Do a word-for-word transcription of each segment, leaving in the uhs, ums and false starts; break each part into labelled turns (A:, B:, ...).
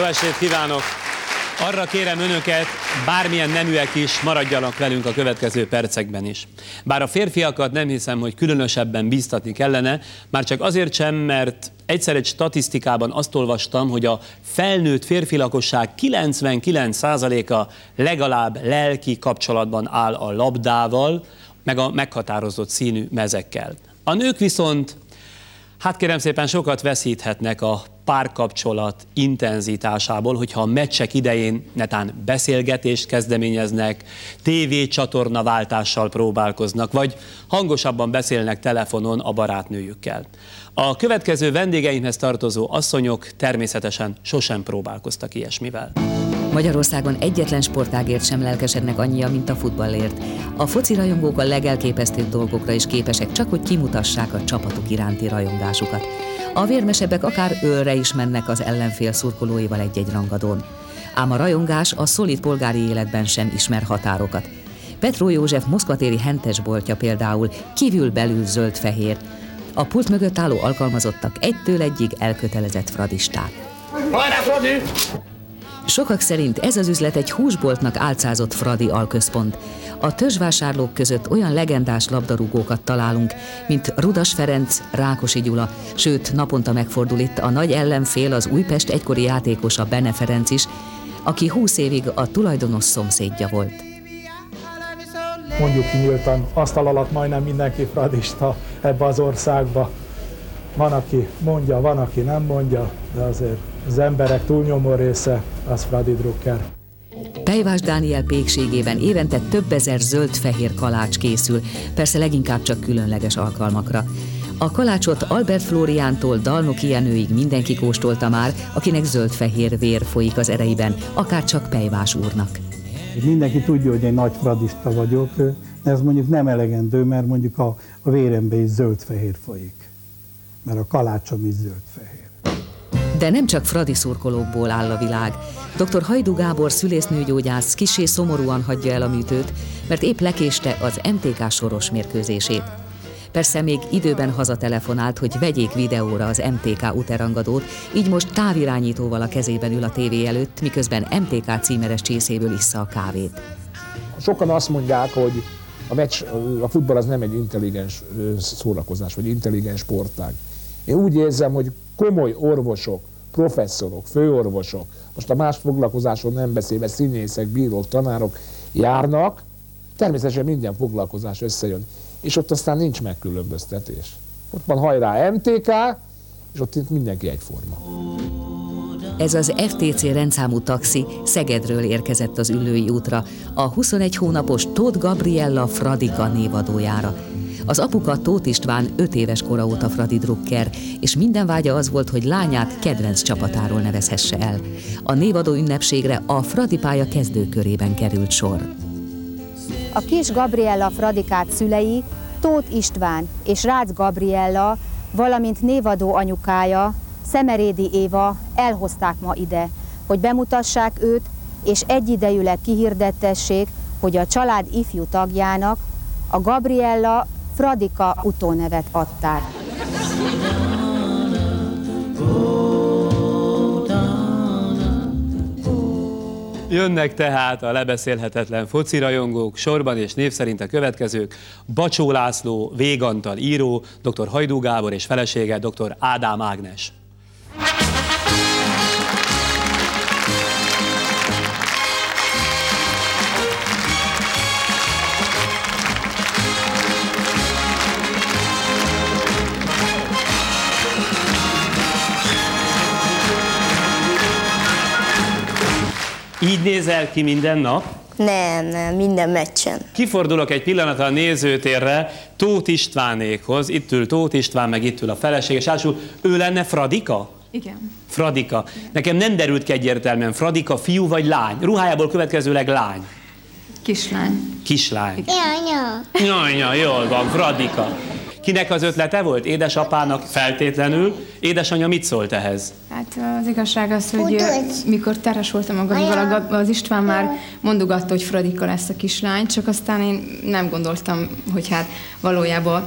A: estét kívánok! Arra kérem önöket, bármilyen neműek is, maradjanak velünk a következő percekben is. Bár a férfiakat nem hiszem, hogy különösebben bíztatni kellene, már csak azért sem, mert egyszer egy statisztikában azt olvastam, hogy a felnőtt férfi lakosság kilencvenkilenc százaléka legalább lelki kapcsolatban áll a labdával, meg a meghatározott színű mezekkel. A nők viszont, hát kérem szépen, sokat veszíthetnek a párkapcsolat intenzitásából, hogyha a meccsek idején netán beszélgetést kezdeményeznek, tévécsatornaváltással próbálkoznak, vagy hangosabban beszélnek telefonon a barátnőjükkel. A következő vendégeimhez tartozó asszonyok természetesen sosem próbálkoztak ilyesmivel.
B: Magyarországon egyetlen sportágért sem lelkesednek annyian, mint a futballért. A foci rajongók a legelképesztőbb dolgokra is képesek, csak hogy kimutassák a csapatuk iránti rajongásukat. A vérmesebbek akár ölre is mennek az ellenfél szurkolóival egy-egy rangadón. Ám a rajongás a szolid polgári életben sem ismer határokat. Petró József moszkvatéri hentesboltja például kívül-belül zöld-fehér. A pult mögött álló alkalmazottak egytől egyig elkötelezett fradisták.
C: Hajrá, Fradi!
B: Sokak szerint ez az üzlet egy húsboltnak álcázott fradi alközpont. A törzsvásárlók között olyan legendás labdarúgókat találunk, mint Rudas Ferenc, Rákosi Gyula, sőt naponta megfordul itt a nagy ellenfél, az Újpest egykori játékosa, Bene Ferenc is, aki húsz évig a tulajdonos szomszédja volt.
D: Mondjuk ki nyíltan, asztal alatt majdnem mindenki fradista ebbe az országba. Van, aki mondja, van, aki nem mondja, de azért az emberek túlnyomó része az fradi drukker.
B: Pejvás Dániel pékségében évente több ezer zöld-fehér kalács készül, persze leginkább csak különleges alkalmakra. A kalácsot Albert Flóriántól Dalnoki Jenőig mindenki kóstolta már, akinek zöld-fehér vér folyik az ereiben, akár csak Pejvás úrnak.
E: Mindenki tudja, hogy én nagy fradista vagyok, de ez mondjuk nem elegendő, mert mondjuk a, a véremben is zöld-fehér folyik, mert a kalácsom is zöld-fehér.
B: De nem csak fradi szurkolókból áll a világ. doktor Hajdú Gábor szülésznőgyógyász kissé szomorúan hagyja el a műtőt, mert épp lekéste az em té ká soros mérkőzését. Persze még időben hazatelefonált, hogy vegyék videóra az em té ká útrangadót, így most távirányítóval a kezében ül a tévé előtt, miközben em té ká címeres csészéből issza a kávét.
C: Sokan azt mondják, hogy a, meccs, a futball az nem egy intelligens szórakozás, vagy intelligens sportág. Én úgy érzem, hogy komoly orvosok, professzorok, főorvosok, most a más foglalkozáson nem beszélve, színészek, bírók, tanárok járnak, természetesen minden foglalkozás összejön, és ott aztán nincs megkülönböztetés. Ott van hajrá em té ká, és ott mindenki egyforma.
B: Ez az ef té cé rendszámú taxi Szegedről érkezett az Üllői útra, a huszonegy hónapos Tóth Gabriella Fradika névadójára. Az apuka Tóth István öt éves kora óta fradi drukker, és minden vágya az volt, hogy lányát kedvenc csapatáról nevezhesse el. A névadó ünnepségre a Fradi pálya kezdőkörében került sor.
F: A kis Gabriella Fradikát szülei, Tóth István és Rácz Gabriella, valamint névadó anyukája, Szemerédi Éva elhozták ma ide, hogy bemutassák őt, és egyidejűleg kihirdettessék, hogy a család ifjú tagjának, a Gabriella Fradika utónevet adták.
A: Jönnek tehát a lebeszélhetetlen focirajongók, sorban és név szerint a következők: Bacsó László, Végantal író, doktor Hajdú Gábor és felesége, doktor Ádám Ágnes. Így nézel ki minden nap?
G: Nem, nem, minden meccsen.
A: Kifordulok egy pillanatra a nézőtérre Tóth Istvánékhoz. Itt ül Tóth István, meg itt ül a feleség, és ásul, ő lenne Fradika?
H: Igen.
A: Fradika. Nekem nem derült ki egyértelműen, Fradika fiú vagy lány? Ruhájából következőleg lány.
H: Kislány.
A: Kislány.
G: Janya.
A: Janya, jól van, Fradika. Kinek az ötlete volt? Édesapának feltétlenül. Édesanyja mit szólt ehhez?
H: Hát az igazság az, hogy mikor teres voltam a Gabival, az István már mondogatta, hogy Fradika lesz a kislány, csak aztán én nem gondoltam, hogy hát valójában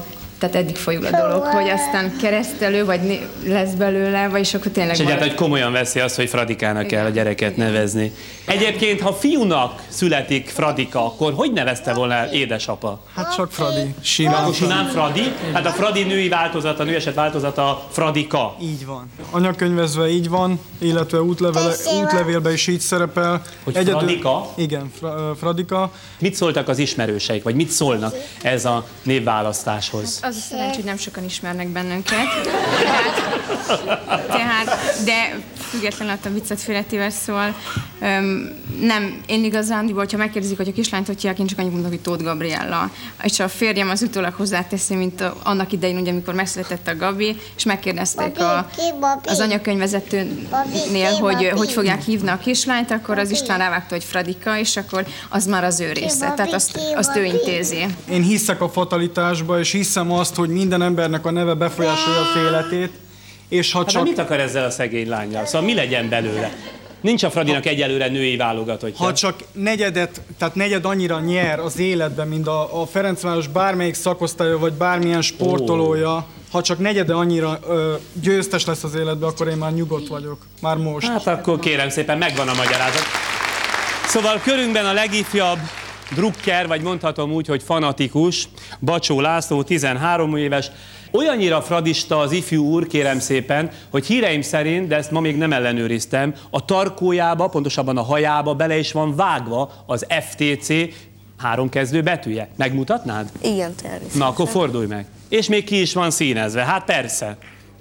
H: tehát eddig folyul a dolog, hogy aztán keresztelő, vagy lesz belőle, vagyis akkor tényleg
A: És egyáltalán, hogy komolyan veszi azt, hogy Fradikának kell a gyereket
H: Igen.
A: nevezni. Egyébként, ha fiúnak születik Fradika, akkor hogy nevezte volna el édesapa?
I: Hát csak Fradi. Simán.
A: Akkor simán Fradi? Hát a Fradi női változata, női eset változata Fradika.
I: Így van. Anyakönyvezve így van, illetve útlevele, útlevélben is így szerepel.
A: Hogy Fradika?
I: Igen, fra, Fradika.
A: Mit szóltak az ismerőseik, vagy mit szólnak ez a névválasztáshoz?
H: Az a szerencsé, hogy nem sokan ismernek bennünket. Tehát, tehát de függetlenül attól viccet félretéve szól, öm, nem, én igazán, hogyha megkérdezik, hogy a kislányt hogy hívják, én csak annyit mondok, hogy Tóth Gabriella. És a férjem az utólag hozzáteszi, mint a, annak idején, ugye, amikor megszületett a Gabi, és megkérdezték a, az anyakönyvvezetőnél, hogy hogy fogják hívni a kislányt, akkor az István rávágta, hogy Fradika, és akkor az már az ő része, tehát azt, azt ő intézi.
I: Én hiszek a fatalitásba, és hiszem azt, hogy minden embernek a neve befolyásolja a életét, és ha
A: Hát
I: csak...
A: mit akar ezzel a szegény lánnyal? Szóval mi legyen belőle? Nincs a Fradinak egyelőre női válogatottja.
I: Ha csak negyedet, tehát negyed annyira nyer az életben, mint a, a Ferencváros bármelyik szakosztálya, vagy bármilyen sportolója, oh. ha csak negyede annyira ö, győztes lesz az életben, akkor én már nyugodt vagyok. Már most.
A: Hát akkor kérem szépen, megvan a magyarázat. Szóval körünkben a legifjabb drukker, vagy mondhatom úgy, hogy fanatikus, Bacsó László, tizenhárom éves. Olyannyira fradista az ifjú úr, kérem szépen, hogy híreim szerint, de ezt ma még nem ellenőriztem, a tarkójába, pontosabban a hajába bele is van vágva az ef té cé háromkezdő betűje. Megmutatnád?
G: Igen, természetesen.
A: Na, akkor fordulj meg. És még ki is van színezve. Hát persze.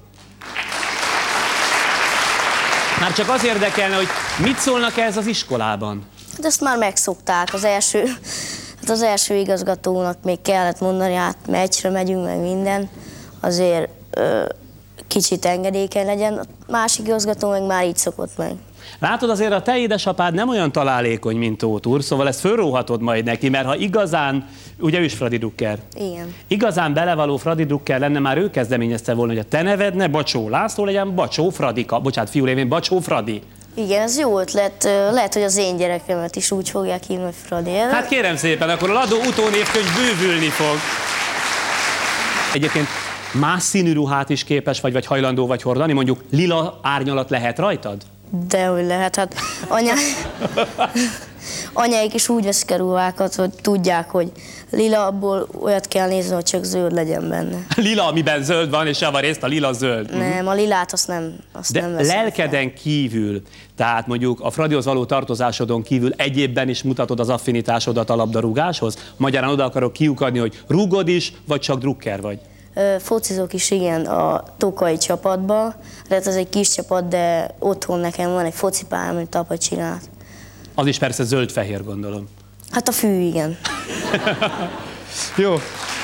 A: Már csak az érdekelne, hogy mit szólnak ez az iskolában?
G: Hát ezt már megszokták. Az első, hát az első igazgatónak még kellett mondani, hát meccsre megyünk, meg minden. Azért ö, kicsit engedékeny legyen. A másik igazgató meg már így szokott meg.
A: Látod, azért a te édesapád nem olyan találékony, mint Tóth úr, szóval ezt fölróhatod majd neki, mert ha igazán, ugye ő is Fradi Drucker.
G: Igen.
A: Igazán belevaló Fradi Drucker lenne, már ő kezdeményezte volna, hogy a te neved ne Bacsó László legyen, Bacsó Fradika. Bocsánat, fiú lévén Bacsó Fradi.
G: Igen, ez jó ötlet. Lehet, hogy az én gyerekemet is úgy fogják hívni, hogy Fradi.
A: Hát kérem szépen, akkor a Ladó utónévkönyv bővülni fog. Egyébként más színű ruhát is képes vagy, vagy hajlandó vagy hordani? Mondjuk lila árnyalat lehet rajtad?
G: Dehogy lehet, hát anya... anyáik is úgy veszik a ruhákat, hogy tudják, hogy lila, abból olyat kell nézni, hogy csak zöld legyen benne.
A: Lila, amiben zöld van, és javarészt a lila zöld.
G: Nem, a lilát azt nem, azt
A: De
G: nem veszem
A: lelkeden
G: fel.
A: kívül, tehát mondjuk a Fradihoz való tartozásodon kívül egyébben is mutatod az affinitásodat a labdarúgáshoz? Magyarán oda akarok kiukadni, hogy rúgod is, vagy csak drukker vagy?
G: Ö, focizok is, igen, a Tokai csapatba. Tehát ez egy kis csapat, de otthon nekem van egy focipályám, amit apa csinált.
A: Az is persze zöld-fehér, gondolom.
G: Hát a fű, igen.
A: Jó.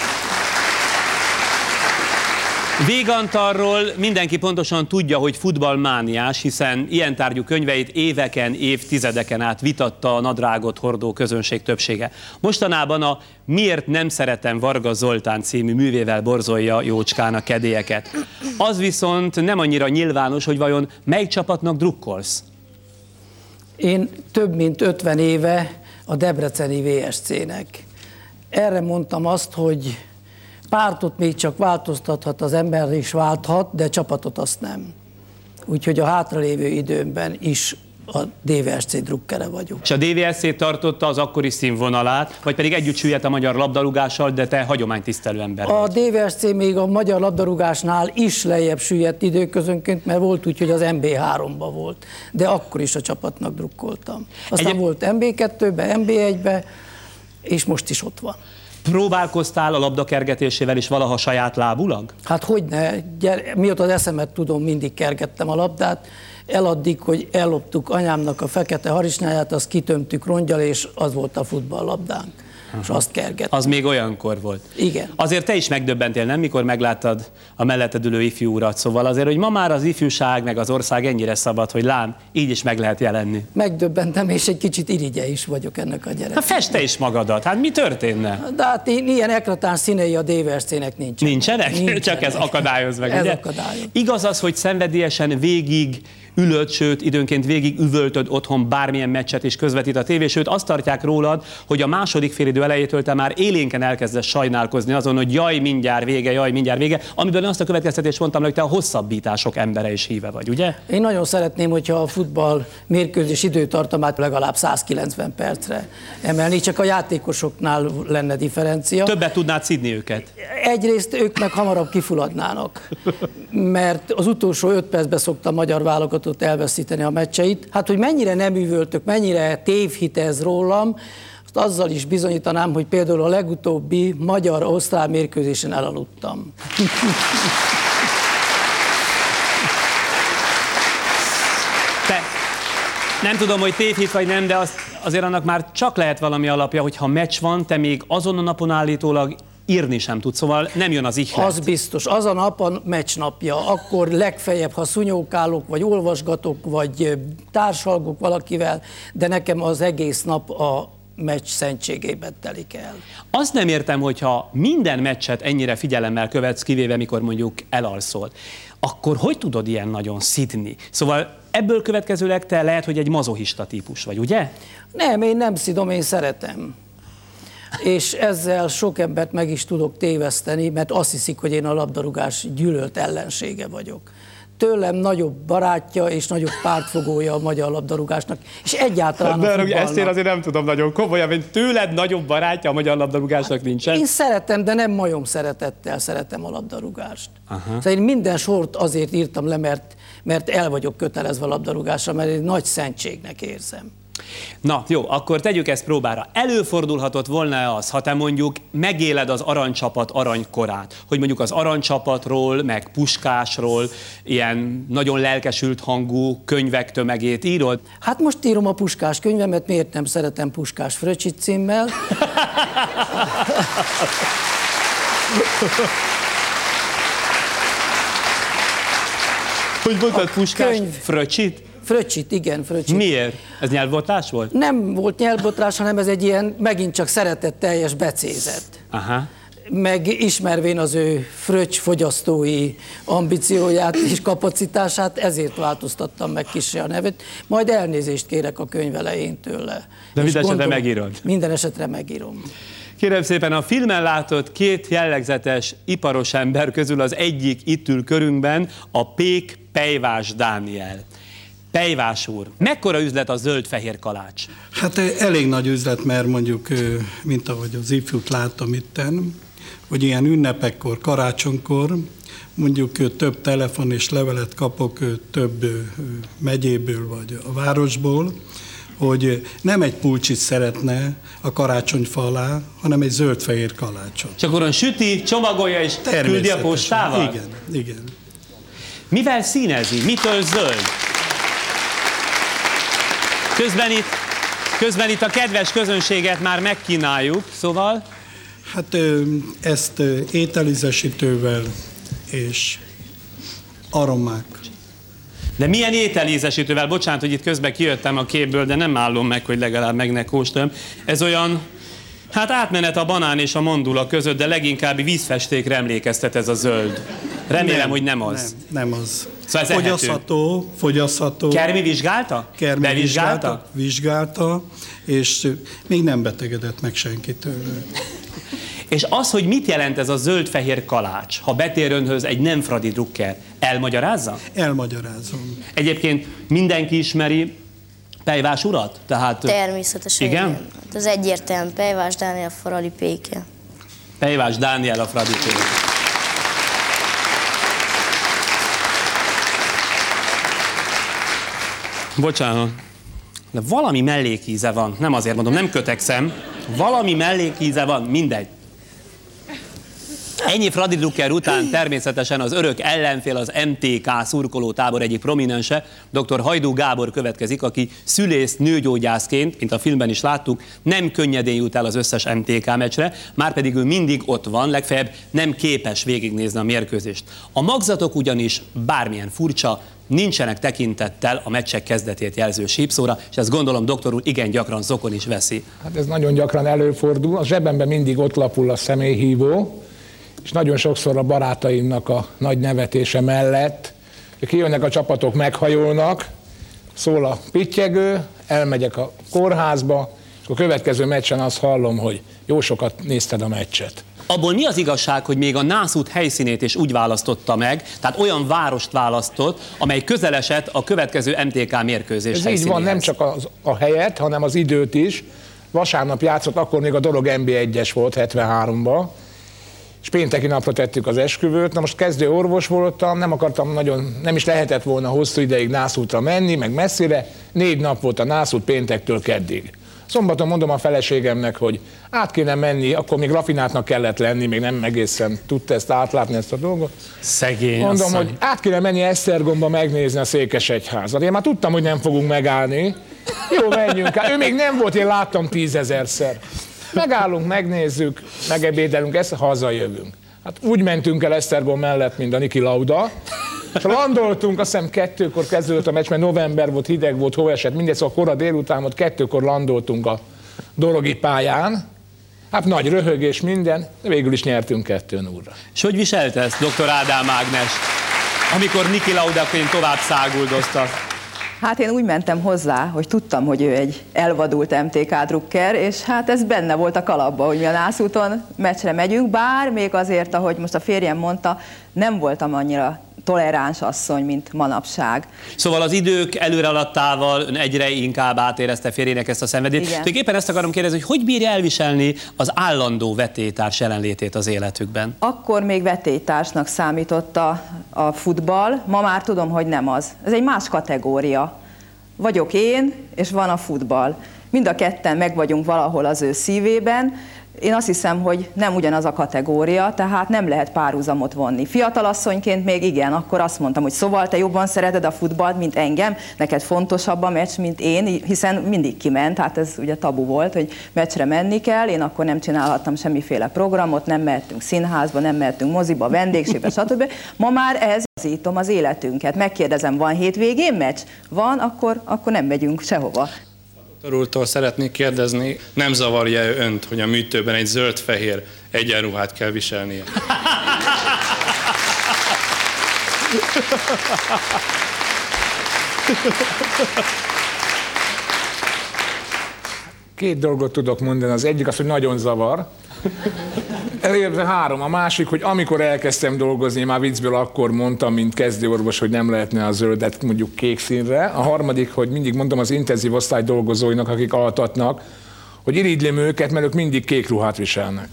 A: Végantarról mindenki pontosan tudja, hogy futballmániás, hiszen ilyen tárgyú könyveit éveken, évtizedeken át vitatta a nadrágot hordó közönség többsége. Mostanában a Miért nem szeretem Varga Zoltán című művével borzolja jócskán a kedélyeket. Az viszont nem annyira nyilvános, hogy vajon melyik csapatnak drukkolsz?
J: Én több mint ötven éve a debreceni vé es cé-nek. Erre mondtam azt, hogy pártot még csak változtathat az ember, és válthat, de csapatot azt nem. Úgyhogy a hátralévő időmben is a dé vé es cé drukkere vagyok.
A: És a dé vé es cé tartotta az akkori színvonalát, vagy pedig együtt süllyedt a magyar labdarúgással, de te hagyománytisztelő ember
J: A
A: vagy.
J: dé vé es cé még a magyar labdarúgásnál is lejjebb süllyedt időközönként, mert volt úgy, hogy az em bé háromba volt, de akkor is a csapatnak drukkoltam. Aztán
A: Egy...
J: volt em bé kettőbe, em bé egybe, és most is ott van.
A: Próbálkoztál a labda kergetésével is valaha saját lábulag?
J: Hát hogyne, gyere, mióta az eszemet tudom, mindig kergettem a labdát, eladdig, hogy elloptuk anyámnak a fekete harisnyáját, azt kitömtük rongyal, és az volt a futballlabdánk. Aha. És azt kergettük.
A: Az még olyankor volt.
J: Igen.
A: Azért te is megdöbbentél, nem, mikor megláttad a melletted ülő ifjú urat, szóval azért, hogy ma már az ifjúság meg az ország ennyire szabad, hogy lám, így is meg lehet jelenni.
J: Megdöbbentem, és egy kicsit irigye is vagyok ennek a gyereknek.
A: Hát feste is magadat, hát mi történne?
J: De hát ilyen eklatán színei a dé vé es cé-nek nincsenek.
A: Nincsenek?
J: Nincsenek.
A: Csak ez akadályoz meg,
J: Ez
A: ugye?
J: akadályoz.
A: Igaz az, hogy szenvedélyesen végig ülött, sőt időnként végig üvöltöd otthon bármilyen meccset is közvetít a tévé, sőt azt tartják rólad, hogy a második félidő elejétől te már élénken elkezdesz sajnálkozni azon, hogy jaj, mindjárt vége, jaj, mindjárt vége, amiből azt a következtetést mondtam, hogy te a hosszabbítások embere is híve vagy, ugye?
J: Én nagyon szeretném, hogyha a futball mérkőzés időtartamát legalább százkilencven percre emelni, csak a játékosoknál lenne differencia.
A: Többet tudnád szidni őket.
J: Egyrészt ők meg hamarabb kifulladnának, mert az utolsó öt percben szokta a magyar válogatott elveszíteni a meccseit. Hát, hogy mennyire nem üvöltök, mennyire tévhit ez rólam, azt azzal is bizonyítanám, hogy például a legutóbbi magyar-osztrák mérkőzésen elaludtam.
A: Te, nem tudom, hogy tévhit vagy nem, de az, azért annak már csak lehet valami alapja, hogy ha meccs van, te még azon a napon állítólag írni sem tudsz, szóval nem jön az ihlet.
J: Az biztos, az a nap a meccs napja, akkor legfeljebb, ha szunyókálok, vagy olvasgatok, vagy társalgok valakivel, de nekem az egész nap a meccs szentségében telik el.
A: Azt nem értem, hogyha minden meccset ennyire figyelemmel követsz, kivéve mikor mondjuk elalszol, akkor hogy tudod ilyen nagyon szidni? Szóval ebből következőleg te lehet, hogy egy mazochista típus vagy, ugye?
J: Nem, én nem szidom, én szeretem. És ezzel sok embert meg is tudok téveszteni, mert azt hiszik, hogy én a labdarúgás gyűlölt ellensége vagyok. Tőlem nagyobb barátja és nagyobb pártfogója a magyar labdarúgásnak, és egyáltalán
A: de
J: a futballnak.
A: Ezt én azért nem tudom nagyon komolyan, hogy tőled nagyobb barátja a magyar labdarúgásnak nincsen.
J: Én szeretem, de nem majom szeretettel szeretem a labdarúgást.
A: Aha.
J: Szóval én minden sort azért írtam le, mert, mert el vagyok kötelezve a labdarúgásra, mert egy nagy szentségnek érzem.
A: Na jó, akkor tegyük ezt próbára. Előfordulhatott volna az, ha te mondjuk megéled az aranycsapat aranykorát, hogy mondjuk az aranycsapatról, meg Puskásról ilyen nagyon lelkesült hangú könyvek tömegét írod?
J: Hát most írom a Puskás könyvemet, miért nem szeretem Puskás Fröccsit címmel.
A: Hogy mondtad, Puskás
J: könyv.
A: Fröccsit?
J: Fröccsit, igen, Fröccsit.
A: Miért? Ez nyelvbotlás volt?
J: Nem volt nyelvbotlás, hanem ez egy ilyen megint csak szeretetteljes becézet.
A: Aha.
J: Meg ismervén az ő fröccs fogyasztói ambícióját és kapacitását, ezért változtattam meg kissé a nevet. Majd elnézést kérek a könyv elején tőle.
A: De minden esetre
J: gondolom,
A: megírod?
J: Minden esetre megírom.
A: Kérem szépen, a filmen látott két jellegzetes iparos ember közül az egyik itt ül körünkben, a Pék Pejvás Dániel. Pejvás úr, mekkora üzlet a zöld-fehér kalács?
E: Hát elég nagy üzlet, mert mondjuk, mint ahogy az ifjút láttam itten, hogy ilyen ünnepekkor, karácsonykor, mondjuk több telefon és levelet kapok több megyéből vagy a városból, hogy nem egy pulcsit szeretne a karácsonyfa alá, hanem egy zöld-fehér kalácsot.
A: És akkor süti, csomagolja és küldi a postával?
E: Igen, igen.
A: Mivel színezi? Mitől zöld? Közben itt, közben itt a kedves közönséget már megkínáljuk, szóval?
E: Hát ezt ételízesítővel és aromák.
A: De milyen ételízesítővel? Bocsánat, hogy itt közben kijöttem a képből, de nem állom meg, hogy legalább meg ne kóstoljam. Ez olyan, hát átmenet a banán és a mandula között, de leginkább vízfestékre emlékeztet ez a zöld. Remélem, nem, hogy nem az.
E: Nem, nem az.
A: Szóval ez
E: fogyasztható, fogyasztható.
A: Kermi vizsgálta?
E: Kermi
A: Bevizsgálta?
E: Vizsgálta, és még nem betegedett meg senkitől.
A: És az, hogy mit jelent ez a zöld-fehér kalács, ha betér önhöz egy nem Fradi Drucker, elmagyarázza?
E: Elmagyarázom.
A: Egyébként mindenki ismeri Pejvás urat? Tehát,
G: természetesen.
A: Igen?
G: igen. Hát az egyértelmű Pejvás Dániel, Fradi Péke.
A: Pejvás Dániel, a Fradi Péke. Bocsánat, de valami mellékíze van, nem azért mondom, nem kötekszem, valami mellékíze van, mindegy. Ennyi Fradi Drucker után természetesen az örök ellenfél, az em té ká szurkoló tábor egyik prominense, dr. Hajdú Gábor következik, aki szülész nőgyógyászként, mint a filmben is láttuk, nem könnyedén jut el az összes em té ká meccsre, márpedig ő mindig ott van, legfeljebb nem képes végignézni a mérkőzést. A magzatok ugyanis bármilyen furcsa, nincsenek tekintettel a meccsek kezdetét jelző sípszóra, és ezt gondolom doktor úr igen gyakran zokon is veszi.
C: Hát ez nagyon gyakran előfordul, a zsebemben mindig ott lapul a személyhívó, és nagyon sokszor a barátaimnak a nagy nevetése mellett kijönnek a csapatok, meghajolnak, szól a pittyegő, elmegyek a kórházba, és a következő meccsen azt hallom, hogy jó sokat nézted a meccset.
A: Abból mi az igazság, hogy még a nászút helyszínét is úgy választotta meg, tehát olyan várost választott, amely közel esett a következő em té ká mérkőzés
C: Ez
A: helyszínéhez?
C: így van, nem csak az, a helyet, hanem az időt is. Vasárnap játszott, akkor még a dolog en bé egyes volt hetvenháromban, és pénteki napra tettük az esküvőt. Na most kezdő orvos voltam, nem akartam nagyon, nem is lehetett volna hosszú ideig nászútra menni, meg messzire. Négy nap volt a nászút péntektől keddig. Szombaton mondom a feleségemnek, hogy át kéne menni, akkor még rafinátnak kellett lenni, még nem egészen tudta ezt átlátni, ezt a dolgot.
A: Szegény
C: Mondom,
A: asszony.
C: hogy át kéne menni Esztergomba megnézni a Székesegyházat. Én már tudtam, hogy nem fogunk megállni. Jó, menjünk át. Ő még nem volt, én láttam tízezerszer. Megállunk, megnézzük, megebédelünk, ezt hazajövünk. Hát úgy mentünk el Esztergom mellett, mint a Niki Lauda. És landoltunk, azt hiszem kettőkor kezdődött a meccs, mert november volt, hideg volt, hó esett, mindegy, szóval kora délután volt, kettőkor landoltunk a dorogi pályán. Hát nagy röhögés minden, de végül is nyertünk kettő nullra.
A: És hogy viselte ezt doktor Ádám Ágnes, amikor Niki Laudaként tovább száguldozta?
K: Hát én úgy mentem hozzá, hogy tudtam, hogy ő egy elvadult em té ká drukker, és hát ez benne volt a kalapban, hogy mi a nászúton meccsre megyünk, bár még azért, ahogy most a férjem mondta, nem voltam annyira toleráns asszony, mint manapság.
A: Szóval az idők előrehaladtával ön egyre inkább átérezte férjének ezt a szenvedélyt.
K: Igen.
A: Éppen ezt akarom kérdezni, hogy hogy bírja elviselni az állandó vetélytárs jelenlétét az életükben?
K: Akkor még vetélytársnak számított a, a futball, ma már tudom, hogy nem az. Ez egy más kategória. Vagyok én, és van a futball. Mind a ketten meg vagyunk valahol az ő szívében. Én azt hiszem, hogy nem ugyanaz a kategória, tehát nem lehet párhuzamot vonni. Fiatalasszonyként még igen, akkor azt mondtam, hogy szóval te jobban szereted a futballt, mint engem, neked fontosabb a meccs, mint én, hiszen mindig kiment, hát ez ugye tabu volt, hogy meccsre menni kell, én akkor nem csinálhattam semmiféle programot, nem mehetünk színházba, nem mehetünk moziba, vendégségbe, stb. Ma már ez azítom az életünket. Megkérdezem, van hétvégén meccs? Van, akkor, akkor nem megyünk sehova.
L: Doktor úrtól szeretnék kérdezni, nem zavarja önt, hogy a műtőben egy zöld-fehér egyenruhát kell viselnie?
C: Két dolgot tudok mondani, az egyik az, hogy nagyon zavar. Elérve három. A másik, hogy amikor elkezdtem dolgozni, már viccből akkor mondtam, mint kezdőorvos, hogy nem lehetne a zöldet mondjuk kék színre. A harmadik, hogy mindig mondom az intenzív osztály dolgozóinak, akik altatnak, hogy irigylem őket, mert ők mindig kék ruhát viselnek.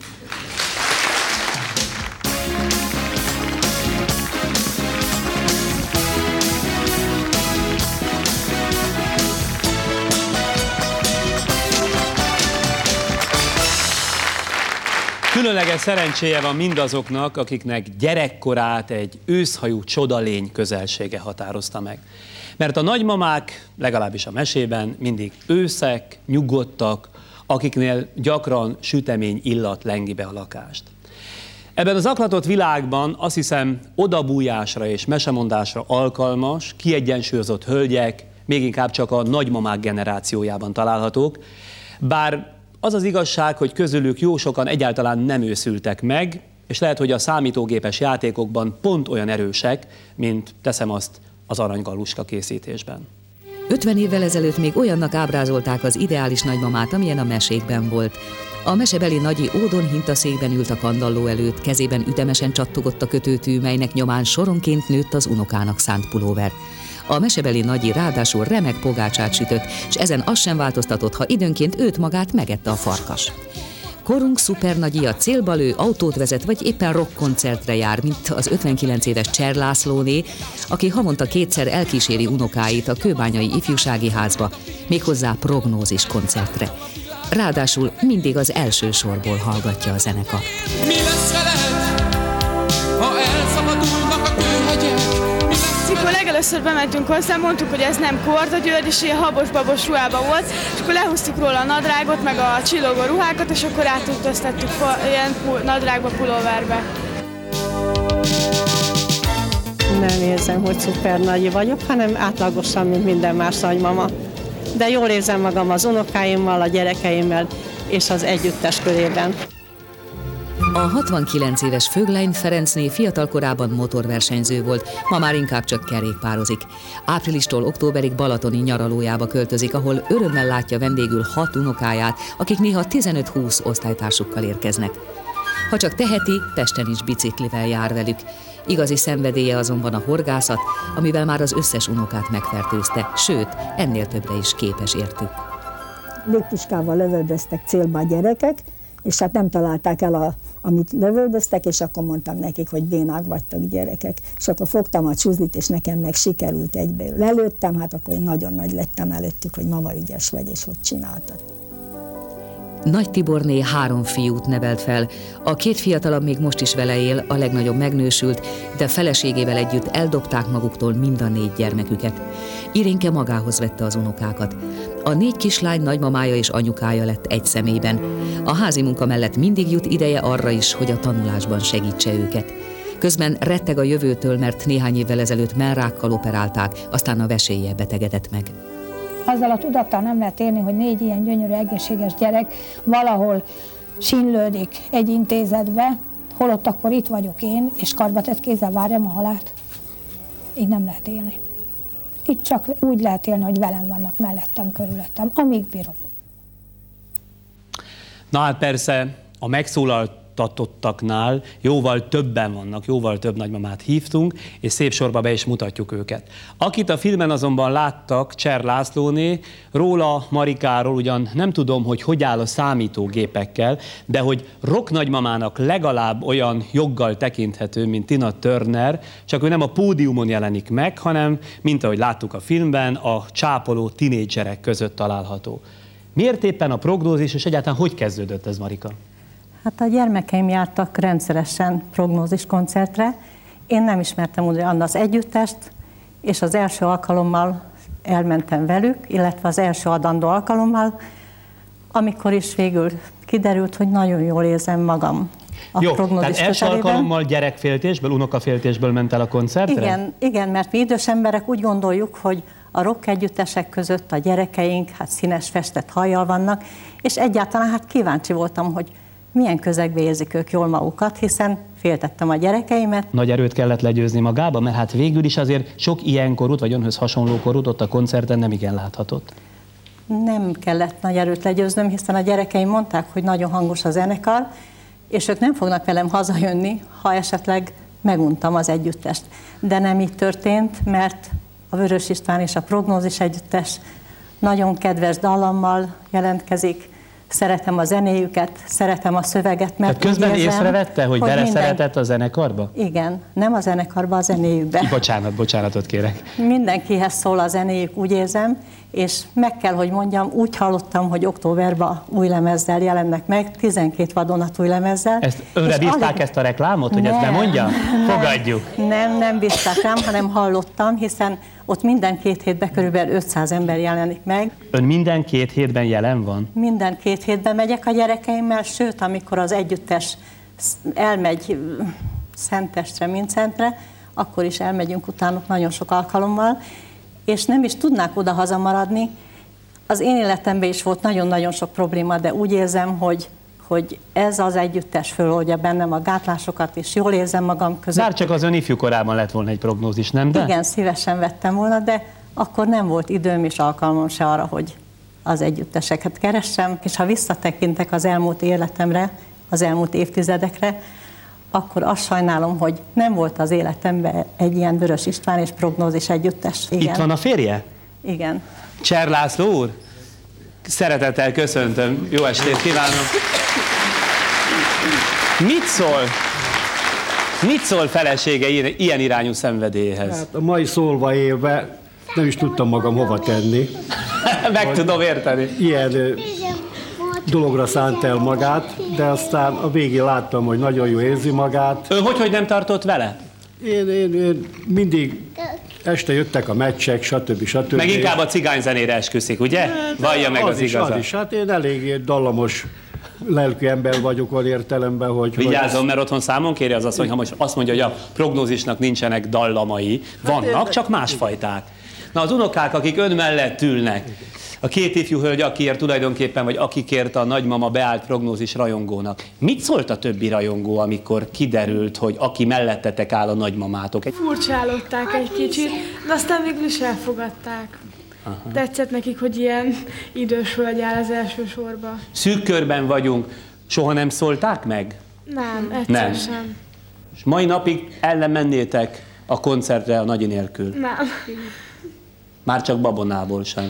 A: Különleges szerencséje van mindazoknak, akiknek gyerekkorát egy őszhajú csodalény közelsége határozta meg. Mert a nagymamák, legalábbis a mesében, mindig őszek, nyugodtak, akiknél gyakran sütemény illat lengi be a lakást. Ebben az zaklatott világban azt hiszem odabújásra és mesemondásra alkalmas, kiegyensúlyozott hölgyek még inkább csak a nagymamák generációjában találhatók, bár az az igazság, hogy közülük jó sokan egyáltalán nem őszültek meg, és lehet, hogy a számítógépes játékokban pont olyan erősek, mint teszem azt az aranygaluska készítésben.
B: ötven évvel ezelőtt még olyannak ábrázolták az ideális nagymamát, amilyen a mesékben volt. A mesebeli nagyi ódon hintaszékben ült a kandalló előtt, kezében ütemesen csattogott a kötőtű, melynek nyomán soronként nőtt az unokának szánt pulóver. A mesebeli nagyi ráadásul remek pogácsát sütött, és ezen az sem változtatott, ha időnként őt magát megette a farkas. Korunk szupernagyi a célba lő, autót vezet, vagy éppen rockkoncertre jár, mint az ötvenkilenc éves Cser Lászlóné, aki havonta kétszer elkíséri unokáit a kőbányai ifjúsági házba, méghozzá prognózis koncertre. Ráadásul mindig az első sorból hallgatja a zenekart.
M: Mi lesz veled, ha elszabadulnak a kőhegyek?
N: Mikor legelőször bementünk hozzá, mondtuk, hogy ez nem Korda György, és ilyen habos-babos ruhában volt, és akkor lehúztuk róla a nadrágot, meg a csillogó ruhákat, és akkor átöltöztettük ilyen nadrágba, pulóverbe.
O: Nem érzem, hogy szuper nagy vagyok, hanem átlagosan, mint minden más nagymama. De jól érzem magam az unokáimmal, a gyerekeimmel és az együttes körében.
B: A hatvankilenc éves Vöglein Ferencné fiatal korában motorversenyző volt, ma már inkább csak kerékpározik. Áprilistól októberig balatoni nyaralójába költözik, ahol örömmel látja vendégül hat unokáját, akik néha tizenöt-húsz osztálytársukkal érkeznek. Ha csak teheti, Pesten is biciklivel jár velük. Igazi szenvedélye azonban a horgászat, amivel már az összes unokát megfertőzte, sőt, ennél többre is képes értük.
P: Légpuskával lövöldöztek célba a gyerekek, és hát nem találták el, a, amit lövöldöztek, és akkor mondtam nekik, hogy bénák vagytok gyerekek. És akkor fogtam a csuzlit, és nekem meg sikerült egyből. Lelőttem, hát akkor én nagyon nagy lettem előttük, hogy mama ügyes vagy, és hogy csináltad.
B: Nagy Tiborné három fiút nevelt fel. A két fiatalabb még most is vele él, a legnagyobb megnősült, de feleségével együtt eldobták maguktól mind a négy gyermeküket. Irénke magához vette az unokákat. A négy kislány nagymamája és anyukája lett egy személyben. A házi munka mellett mindig jut ideje arra is, hogy a tanulásban segítse őket. Közben retteg a jövőtől, mert néhány évvel ezelőtt mellrákkal operálták, aztán a veséllyel betegedett meg.
Q: Azzal a tudattal nem lehet élni, hogy négy ilyen gyönyörű, egészséges gyerek valahol sínlődik egy intézetbe, holott akkor itt vagyok én, és karbatett kézzel várjam a halált. Így nem lehet élni. Itt csak úgy lehet élni, hogy velem vannak mellettem, körülöttem, amíg bírom.
A: Na hát persze, a megszólaltatottaknál jóval többen vannak, jóval több nagymamát hívtunk, és szép sorba be is mutatjuk őket. Akit a filmen azonban láttak, Cser Lászlóné, róla, Marikáról ugyan nem tudom, hogy hogy áll a számítógépekkel, de hogy rocknagymamának legalább olyan joggal tekinthető, mint Tina Turner, csak ő nem a pódiumon jelenik meg, hanem, mint ahogy láttuk a filmben, a csápoló tinédzserek között található. Miért éppen a prognózis, és egyáltalán hogy kezdődött ez, Marika?
R: Hát a gyermekeim jártak rendszeresen prognózis koncertre. Én nem ismertem úgy az együttest, és az első alkalommal elmentem velük, illetve az első adandó alkalommal, amikor is végül kiderült, hogy nagyon jól érzem magam a
A: Jó,
R: prognózis
A: tehát első
R: közelében.
A: alkalommal gyerekféltésből, unokaféltésből ment el a koncertre?
R: Igen, igen, mert mi idős emberek úgy gondoljuk, hogy a rock együttesek között a gyerekeink hát színes festett hajjal vannak, és egyáltalán hát kíváncsi voltam, hogy milyen közegbe érzik ők jól magukat, hiszen féltettem a gyerekeimet.
A: Nagy erőt kellett legyőzni magába, mert hát végül is azért sok ilyen korút, vagy önhöz hasonló korút ott a koncerten nem igen láthatott.
R: Nem kellett nagy erőt legyőznöm, hiszen a gyerekeim mondták, hogy nagyon hangos a zenekar, és ők nem fognak velem hazajönni, ha esetleg meguntam az együttest. De nem így történt, mert a Vörös István és a Prognózis együttes nagyon kedves dallammal jelentkezik, szeretem a zenéjüket, szeretem a szöveget, mert
A: Tehát közben
R: érzem,
A: észrevette, hogy, hogy beleszeretett
R: minden...
A: a zenekarba?
R: Igen, nem a zenekarba, a zenéjükbe.
A: Bocsánat, bocsánatot kérek.
R: Mindenkihez szól a zenéjük, úgy érzem, és meg kell, hogy mondjam, úgy hallottam, hogy októberben új lemezzel jelennek meg, tizenkét vadonatúj lemezzel.
A: Ezt önre bízták alig... ezt a reklámot, hogy nem, ezt bemondja? Fogadjuk.
R: Nem, nem bízták rám, hanem hallottam, hiszen ott minden két hétben körülbelül ötszáz ember jelenik meg.
A: Ön minden két hétben jelen van?
R: Minden két hétben megyek a gyerekeimmel, sőt, amikor az együttes elmegy Szentestre, Mindszentre, akkor is elmegyünk utánuk nagyon sok alkalommal, és nem is tudnák oda hazamaradni. Az én életemben is volt nagyon-nagyon sok probléma, de úgy érzem, hogy, hogy ez az együttes föloldja bennem a gátlásokat, és jól érzem magam között.
A: Bár csak az ön ifjú korában lett volna egy prognózis, nem? De?
R: Igen, szívesen vettem volna, de akkor nem volt időm és alkalmam se arra, hogy az együtteseket keressem. És ha visszatekintek az elmúlt életemre, az elmúlt évtizedekre, akkor azt sajnálom, hogy nem volt az életemben egy ilyen Vörös István és Prognózis együttes. Igen.
A: Itt van a férje?
R: Igen.
A: Cser László úr? Szeretettel köszöntöm. Jó estét kívánok. Mit szól? Mit szól felesége ilyen irányú szenvedélyhez?
S: Hát a mai szólva élve nem is tudtam magam hova tenni.
A: Meg tudom érteni.
S: Ilyen dologra szánt el magát, de aztán a végén láttam, hogy nagyon jó érzi magát.
A: Ön hogy, hogy nem tartott vele?
S: Én, én, én mindig este jöttek a meccsek, stb. stb.
A: Meg inkább a cigányzenére esküszik, ugye? Vallja meg az,
S: az is,
A: igazat.
S: Az is, hát én eléggé dallamos lelkű ember vagyok olyan értelemben, hogy...
A: Vigyázzon, mert otthon számon kéri az asszony, ha most azt mondja, hogy a prognózisnak nincsenek dallamai. Vannak, csak másfajták. Na az unokák, akik ön mellett ülnek, A két ifjú hölgy, akiért tulajdonképpen, vagy akikért a nagymama beállt prognózis rajongónak. Mit szólt a többi rajongó, amikor kiderült, hogy aki mellettetek áll a nagymamátok? Egy...
N: Furcsálották egy kicsit, de aztán végül is elfogadták. Aha. Tetszett nekik, hogy ilyen idős hölgy áll az első sorba.
A: Szűk körben vagyunk. Soha nem szólták meg?
N: Nem, egyszer nem. sem.
A: És mai napig ellenmennétek a koncertre a Nagyi nélkül?
N: Nem.
A: Már csak babonából sem.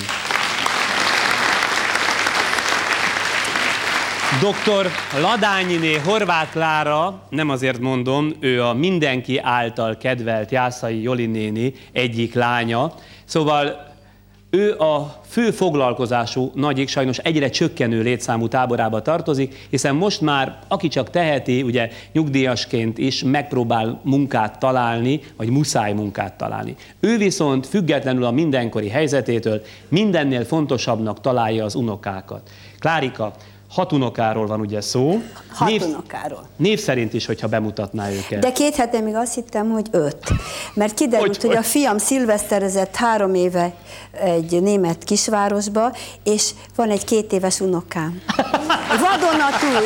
A: doktor Ladányiné Horváth Klára, nem azért mondom, ő a mindenki által kedvelt Jászai Joli néni egyik lánya, szóval ő a fő foglalkozású Nagyik sajnos egyre csökkenő létszámú táborába tartozik, hiszen most már, aki csak teheti, ugye nyugdíjasként is megpróbál munkát találni, vagy muszáj munkát találni. Ő viszont függetlenül a mindenkori helyzetétől mindennél fontosabbnak találja az unokákat. Klárika, hat unokáról van ugye szó.
T: Hat
A: név,
T: unokáról.
A: Név szerint is, hogyha bemutatná őket.
T: De két hete még azt hittem, hogy öt. Mert kiderült, hogy, hogy, hogy a fiam szilveszterezett három éve egy német kisvárosba, és van egy két éves unokám. Vadonatúj.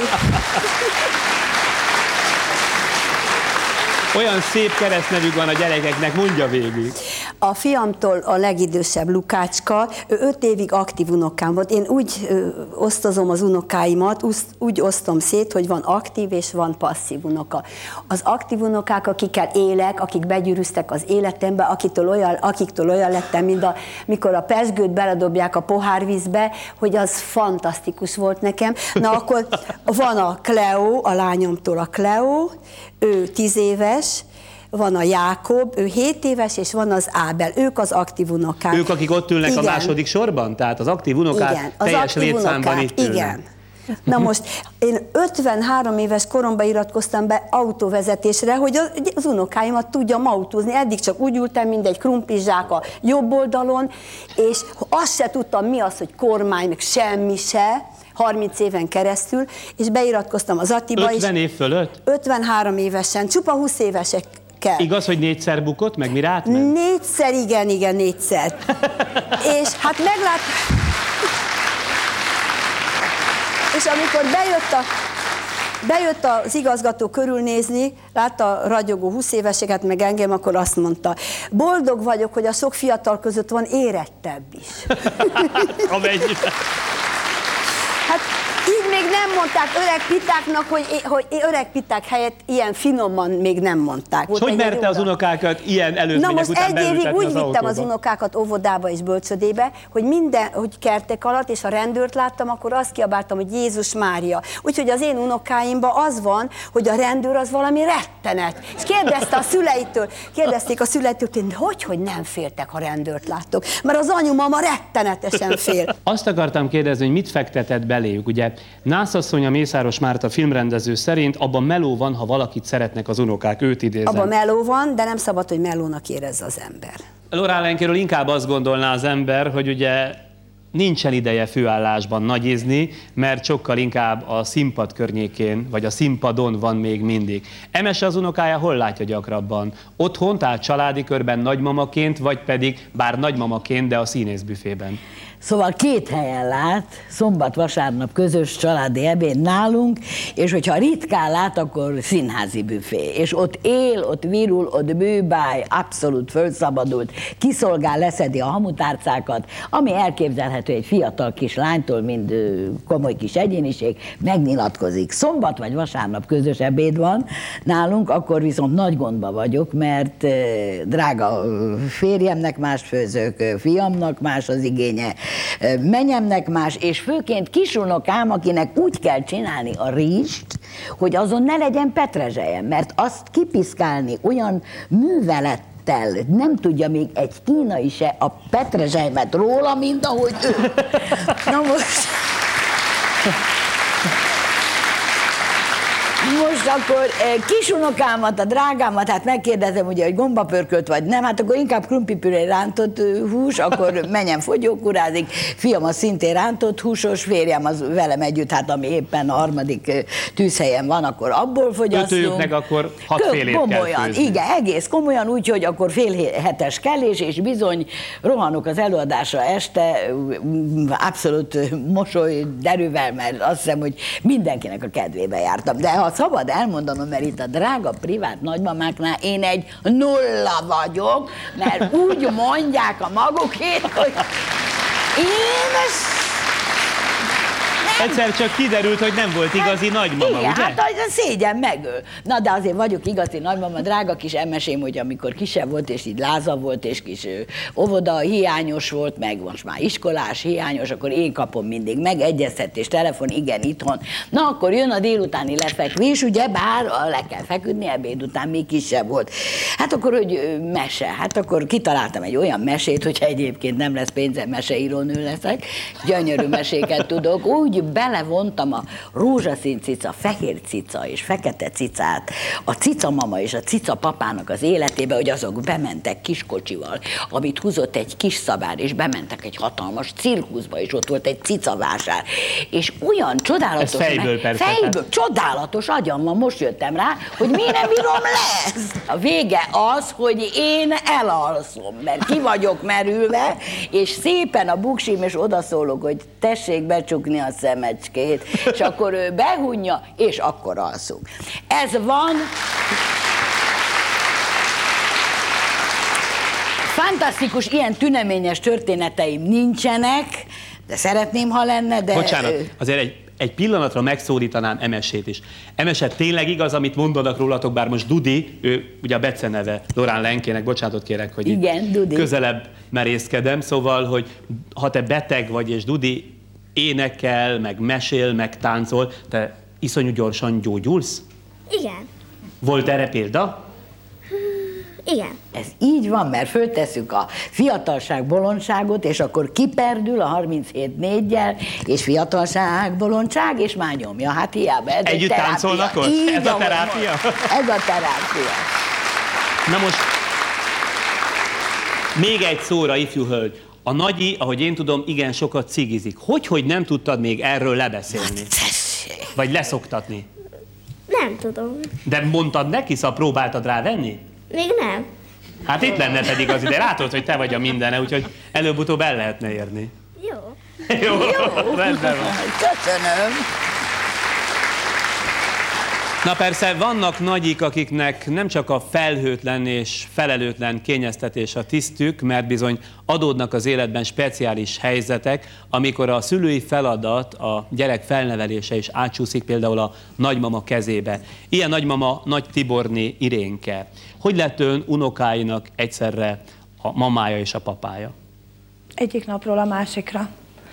A: Olyan szép keresztnevük van a gyerekeknek, mondja végig.
T: A fiamtól a legidősebb Lukácska, ő öt évig aktív unokám volt. Én úgy ö, osztozom az unokáimat, úgy, úgy osztom szét, hogy van aktív és van passzív unoka. Az aktív unokák, akikkel élek, akik begyűrűztek az életembe, akiktől olyan, akiktől olyan lettem, mint a, mikor a pezsgőt beledobják a pohárvízbe, hogy az fantasztikus volt nekem. Na akkor van a Cleo, a lányomtól a Cleo, ő tíz éves, van a Jákob, ő hét éves, és van az Ábel, ők az aktív unokák.
A: Ők, akik ott ülnek igen. a második sorban? Tehát az aktív unokák igen, az teljes aktív létszámban unokák, itt ülnek. Igen. Na most én ötvenhárom éves koromban iratkoztam be autóvezetésre, hogy az unokáimat tudjam autózni. Eddig csak úgy ültem, mint egy krumplizsák a jobb oldalon, és azt se tudtam, mi az, hogy kormány, meg semmi se, harminc éven keresztül, és beiratkoztam az Attiba. ötven év fölött?
T: ötvenhárom évesen, csupa húsz évesek kell.
A: Igaz, hogy négyszer bukott, meg mire átment?
T: Négyszer, igen, igen, négyszer. És hát meglát... És amikor bejött, a, bejött az igazgató körülnézni, látta a ragyogó húsz éveseket, meg engem, akkor azt mondta, boldog vagyok, hogy a sok fiatal között van érettebb is.
A: Amennyiben.
T: Hát így még nem mondták öreg pitáknak, hogy, hogy öreg piták helyett ilyen finoman még nem mondták.
A: És hogy merte az unokákat ilyen előzmények után
T: Na most egy évig úgy
A: az
T: vittem
A: autóba.
T: az unokákat óvodába és bölcsödébe, hogy minden, hogy kertek alatt, és ha rendőrt láttam, akkor azt kiabáltam, hogy Jézus Mária. Úgyhogy az én unokáimban az van, hogy a rendőr az valami rettenet. És kérdezte a szüleitől, kérdezték a szüleitől, hogy hogy, hogy nem féltek, ha rendőrt láttok. Mert az anyumama rettenetesen fél.
A: Azt akartam kérdezni, hogy mit fektetett beléjük. Ugye Nászasszony, a Mészáros Márta filmrendező szerint abban meló van, ha valakit szeretnek az unokák, őt idézem.
T: Abban meló van, de nem szabad, hogy melónak érezze az ember.
A: Laura Allenkéről inkább azt gondolná az ember, hogy ugye nincsen ideje főállásban nagyizni, mert sokkal inkább a színpad környékén, vagy a színpadon van még mindig. Emese az unokája hol látja gyakrabban? Otthon, tehát családi körben nagymamaként, vagy pedig bár nagymamaként, de a színészbüfében?
U: Szóval két helyen lát, szombat-vasárnap közös családi ebéd nálunk, és hogyha ritkán lát, akkor színházi büfé. És ott él, ott virul, ott bőbáj, abszolút fölszabadult, kiszolgál, leszedi a hamutárcákat, ami elképzelhető egy fiatal kis lánytól, mint komoly kis egyéniség, megnyilatkozik. Szombat vagy vasárnap közös ebéd van nálunk, akkor viszont nagy gondba vagyok, mert drága férjemnek más főzök, fiamnak más az igénye, menyemnek más, és főként kisunokám, akinek úgy kell csinálni a rizst, hogy azon ne legyen petrezselye, mert azt kipiszkálni olyan művelet, nem tudja még egy kínai se a petrezselymet róla, mint ahogy ő. Na most... most akkor kisunokámat, a drágámat, hát megkérdezem ugye, hogy gombapörkölt vagy nem, hát akkor inkább krumplipüré rántott hús, akkor menjen fogyókurázik, fiam az szintén rántott húsos, férjem az velem együtt, hát ami éppen a harmadik tűzhelyen van, akkor abból fogyasztunk.
A: Ötőjüknek akkor hat fél ért kell főzni.
U: Igen, egész komolyan, úgyhogy akkor fél hetes kellés, és bizony rohanok az előadásra este, abszolút mosoly derűvel, mert azt hiszem, hogy mindenkinek a kedvébe jártam. De ha szabad elmondanom, mert itt a drága privát nagymamáknál én egy nulla vagyok, mert úgy mondják a magukét, hogy én ezt
A: Egyszer csak kiderült, hogy nem volt igazi nagymama,
U: igen,
A: ugye?
U: hát a szégyen megöl. Na, de azért vagyok igazi nagymama, drága kis emesém, hogy amikor kisebb volt, és így láza volt, és kis ö, óvoda hiányos volt, meg most már iskolás hiányos, akkor én kapom mindig meg, egyeztetés, telefon, igen, itthon. Na, akkor jön a délutáni lefekvés, ugye, bár le kell feküdni, ebéd után még kisebb volt. Hát akkor, hogy ö, mese, hát akkor kitaláltam egy olyan mesét, hogyha egyébként nem lesz pénzem, meseírónő leszek, gyönyörű meséket tudok, úgy belevontam a rózsaszín cica, fehér cica és fekete cicát, a cica mama és a cica papának az életébe, hogy azok bementek kiskocsival, amit húzott egy kis szabár, és bementek egy hatalmas cirkuszba, és ott volt egy cicavásár. És olyan csodálatos...
A: Ez fejből
U: meg,
A: persze.
U: Fejből,
A: Tehát...
U: csodálatos agyam van, most jöttem rá, hogy mi nem bírom lesz. A vége az, hogy én elalszom, mert ki vagyok merülve, és szépen a buksim, és odaszólok, hogy tessék becsukni a szemecskét, és akkor ő behunja, és akkor alszunk. Ez van. Fantasztikus, ilyen tüneményes történeteim nincsenek, de szeretném, ha lenne, de...
A: Bocsánat, azért egy, egy pillanatra megszólítanám Emesét is. Emeset, tényleg igaz, amit mondanak rólatok, bár most Dudi, ő ugye a beceneve Lorán Lenkének, bocsánatot kérek, hogy
U: igen, Dudi.
A: Közelebb merészkedem, szóval, hogy ha te beteg vagy, és Dudi énekel, meg mesél, meg táncol, te iszonyú gyorsan gyógyulsz?
D: Igen.
A: Volt erre példa?
D: Igen.
U: Ez így van, mert föltesszük a fiatalság bolondságot, és akkor kiperdül a harminchét négyel, és fiatalság bolondság, és már nyomja. Hát hiába. Ez
A: együtt táncolnak ott?
U: Így,
A: ez a terápia?
U: Ez a terápia.
A: Na most, még egy szóra, ifjú hölgy. A nagyi, ahogy én tudom, igen sokat cigizik. Hogy, hogy nem tudtad még erről lebeszélni? Vagy leszoktatni?
D: Nem tudom.
A: De mondtad neki, szóval próbáltad rá venni?
D: Még nem.
A: Hát itt lenne pedig az ide. Látod, hogy te vagy a mindene, úgyhogy előbb-utóbb el lehetne érni.
D: Jó.
A: Jó,
U: Jó.
A: rendben van.
U: Köszönöm.
A: Na persze, vannak nagyik, akiknek nem csak a felhőtlen és felelőtlen kényeztetés a tisztük, mert bizony adódnak az életben speciális helyzetek, amikor a szülői feladat, a gyerek felnevelése is átsúszik például a nagymama kezébe. Ilyen nagymama Nagy Tiborné Irénke. Hogy lett ön unokáinak egyszerre a mamája és a papája?
Q: Egyik napról a másikra.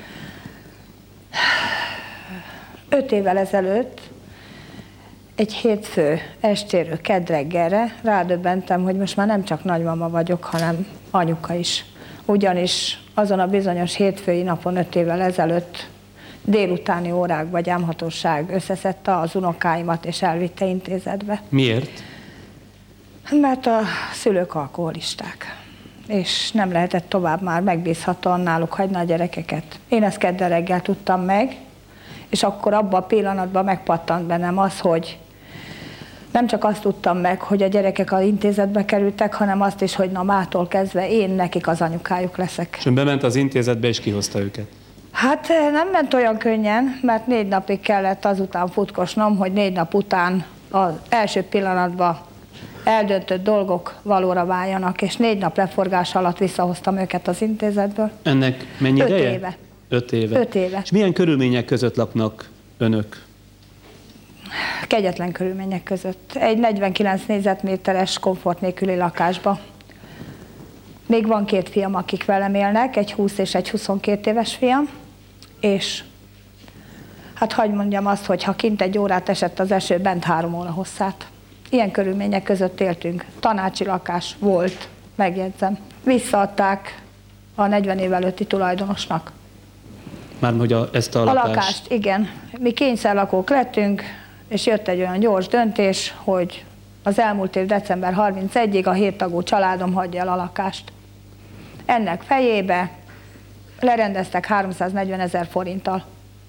Q: Öt évvel ezelőtt egy hétfő estéről kedd reggelre rádöbbentem, hogy most már nem csak nagymama vagyok, hanem anyuka is. Ugyanis azon a bizonyos hétfői napon öt évvel ezelőtt délutáni órákban gyámhatóság összeszedte az unokáimat és elvitte intézetbe.
A: Miért?
Q: Mert a szülők alkoholisták, és nem lehetett tovább már megbízhatóan náluk hagyni a gyerekeket. Én ezt kedden reggel tudtam meg, és akkor abban a pillanatban megpattant bennem az, hogy nem csak azt tudtam meg, hogy a gyerekek az intézetbe kerültek, hanem azt is, hogy na mától kezdve én nekik az anyukájuk leszek.
A: És ön bement az intézetbe és kihozta őket?
Q: Hát nem ment olyan könnyen, mert négy napig kellett azután futkosnom, hogy négy nap után az első pillanatban eldöntött dolgok valóra váljanak, és négy nap leforgás alatt visszahoztam őket az intézetből.
A: Ennek mennyi
Q: Öt
A: ideje?
Q: éve.
A: Öt éve.
Q: Öt éve.
A: És milyen körülmények között laknak önök?
Q: Kegyetlen körülmények között. Egy negyvenkilenc négyzetméteres komfort nélküli lakásba. Még van két fiam, akik velem élnek, egy húsz és egy huszonkét éves fiam, és hát hadd mondjam azt, hogy ha kint egy órát esett az eső, bent három óra hosszát. Ilyen körülmények között éltünk. Tanácsi lakás volt, megjegyzem. Visszaadták a negyven év előtti tulajdonosnak.
A: Már hogy a, ezt a,
Q: A
A: lakást...
Q: lakást, igen. Mi kényszerlakók lettünk, és jött egy olyan gyors döntés, hogy az elmúlt év december harmincegyedikéig a héttagú családom hagyja el a lakást. Ennek fejébe lerendeztek háromszáznegyvenezer forinttal.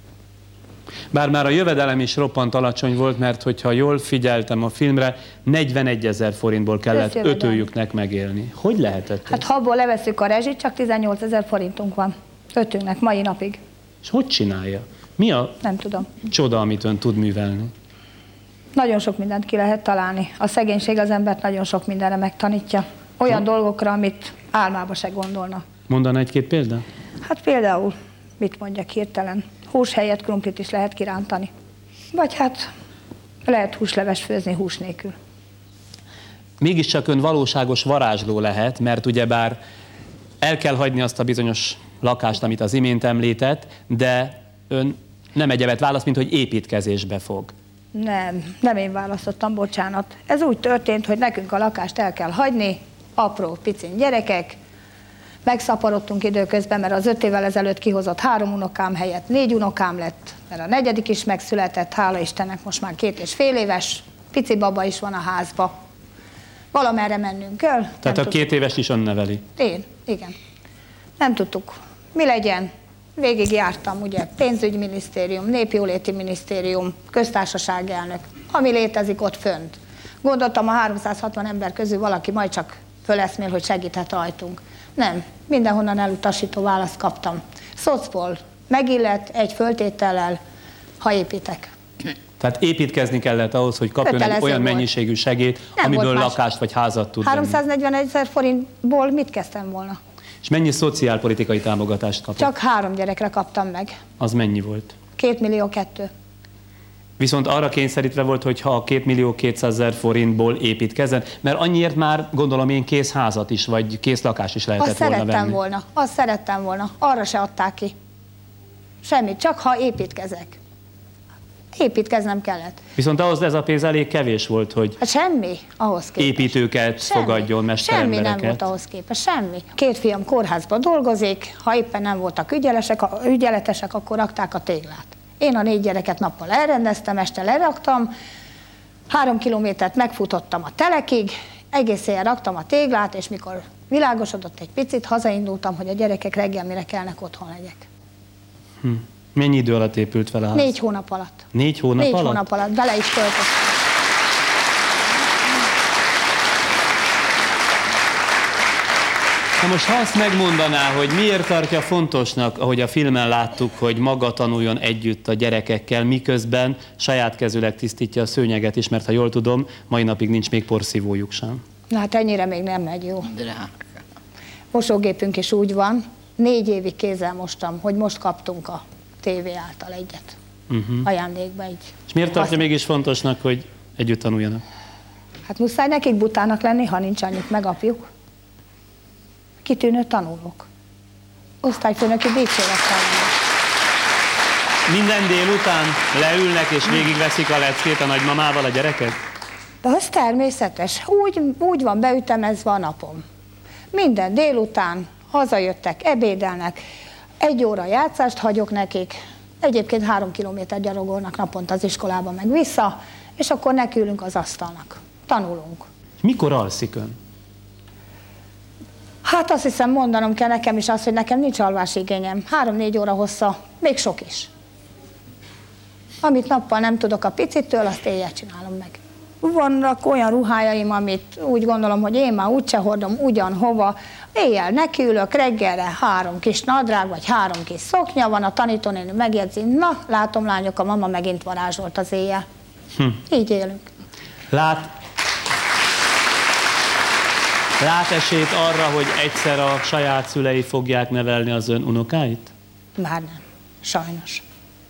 A: Bár már a jövedelem is roppant alacsony volt, mert hogyha jól figyeltem a filmre, negyvenegyezer forintból kellett ötőjüknek megélni. Hogy lehetett ez?
Q: Hát ha abból leveszük a rezsit, csak tizennyolcezer forintunk van. Ötünknek mai napig.
A: És hogy csinálja? Mi a
Q: Nem tudom.
A: csoda, amit ön tud művelni?
Q: Nagyon sok mindent ki lehet találni. A szegénység az embert nagyon sok mindenre megtanítja. Olyan ha? dolgokra, amit álmába se gondolna.
A: Mondaná egy-két példát?
Q: Hát például, mit mondjak hirtelen? Hús helyett krumplit is lehet kirántani. Vagy hát lehet húsleves főzni hús nélkül.
A: Mégiscsak ön valóságos varázsló lehet, mert ugyebár el kell hagyni azt a bizonyos lakást, amit az imént említett, de ön nem egyebet választ, mint hogy építkezésbe fog.
Q: Nem, nem én választottam, bocsánat. Ez úgy történt, hogy nekünk a lakást el kell hagyni, apró, picin gyerekek, megszaporodtunk időközben, mert az öt évvel ezelőtt kihozott három unokám helyett négy unokám lett, mert a negyedik is megszületett, hála Istennek most már két és fél éves, pici baba is van a házba. Valamerre mennünk kell.
A: Tehát a két éves is ön neveli?
Q: Én, igen. Nem tudtuk, mi legyen. Végig jártam, ugye, pénzügyminisztérium, népjóléti minisztérium, köztársasági elnök, ami létezik ott fönt. Gondoltam, a háromszázhatvan ember közül valaki majd csak föleszmél, hogy segíthet rajtunk. Nem, mindenhonnan elutasító választ kaptam. Szocból megillet egy föltétellel, ha építek.
A: Tehát építkezni kellett ahhoz, hogy kapjon
Q: Kötelező
A: egy olyan
Q: volt.
A: mennyiségű segélyt,
Q: Nem
A: amiből
Q: volt
A: lakást vagy házat tud venni.
Q: háromszáznegyvenezer forintból mit kezdtem volna?
A: És mennyi szociálpolitikai támogatást kapott?
Q: Csak három gyerekre kaptam meg.
A: Az mennyi volt?
Q: Két millió kettő.
A: Viszont arra kényszerítve volt, hogy ha a két millió kétszázezer forintból építkezzen, mert annyiért már gondolom én kész házat is, vagy kész lakást is lehetett
Q: Azt
A: volna
Q: szerettem
A: venni.
Q: volna, azt szerettem volna. Arra se adták ki. Semmit, csak ha építkezek. Építkeznem kellett.
A: Viszont ahhoz ez a pénz elég kevés volt, hogy
Q: Hát semmi ahhoz képest.
A: építőket
Q: Semmi.
A: fogadjon, mesterembereket.
Q: Semmi nem volt ahhoz képest, semmi. Két fiam kórházban dolgozik, ha éppen nem voltak ügyelesek, ügyeletesek, akkor rakták a téglát. Én a négy gyereket nappal elrendeztem, este leraktam, három kilométert megfutottam a telekig, egész éjjel raktam a téglát, és mikor világosodott egy picit, hazaindultam, hogy a gyerekek reggel mire kelnek, otthon legyek.
A: Hm. Mennyi idő alatt épült fel a ház?
Q: Négy hónap alatt.
A: Négy hónap
Q: Négy
A: alatt?
Q: hónap alatt, bele is költöztem.
A: Na most ha azt megmondaná, hogy miért tartja fontosnak, ahogy a filmen láttuk, hogy maga tanuljon együtt a gyerekekkel, miközben saját kezűleg tisztítja a szőnyeget is, mert ha jól tudom, mai napig nincs még porszívójuk sem.
Q: Na hát ennyire még nem megy jó. Mosógépünk is úgy van, négy évig kézzel mostam, hogy most kaptunk a tévé által egyet.
A: Uh-huh.
Q: Ajándékba egy.
A: És miért tartja
Q: Azt...
A: mégis fontosnak, hogy együtt tanuljanak?
Q: Hát muszáj nekik butának lenni, ha nincs annyit meg apjuk. Kitűnő tanulók. Osztályfőnöki dicsérettel.
A: Minden délután leülnek és végigveszik a leckét a nagymamával a gyerekek?
Q: De az természetes. Úgy, úgy van beütemezve a napom. Minden délután hazajöttek, ebédelnek, egy óra játszást hagyok nekik, egyébként három kilométer gyalogolnak naponta az iskolába meg vissza, és akkor nekülünk az asztalnak. Tanulunk.
A: Mikor alszik ön?
Q: Hát azt hiszem mondanom kell nekem is azt, hogy nekem nincs alvásigényem. Három-négy óra hossza, még sok is. Amit nappal nem tudok a picitől, azt éjjel csinálom meg. Vannak olyan ruhájaim, amit úgy gondolom, hogy én már úgyse hordom ugyanhova. Éjjel nekiülök, reggelre három kis nadrág, vagy három kis szoknya van, a tanítónéni megjegyzi, na, látom lányok, a mama megint varázsolt az éjjel. Hm. Így élünk.
A: Lát, lát esélyt arra, hogy egyszer a saját szülei fogják nevelni az ön unokáit?
Q: Már nem, sajnos.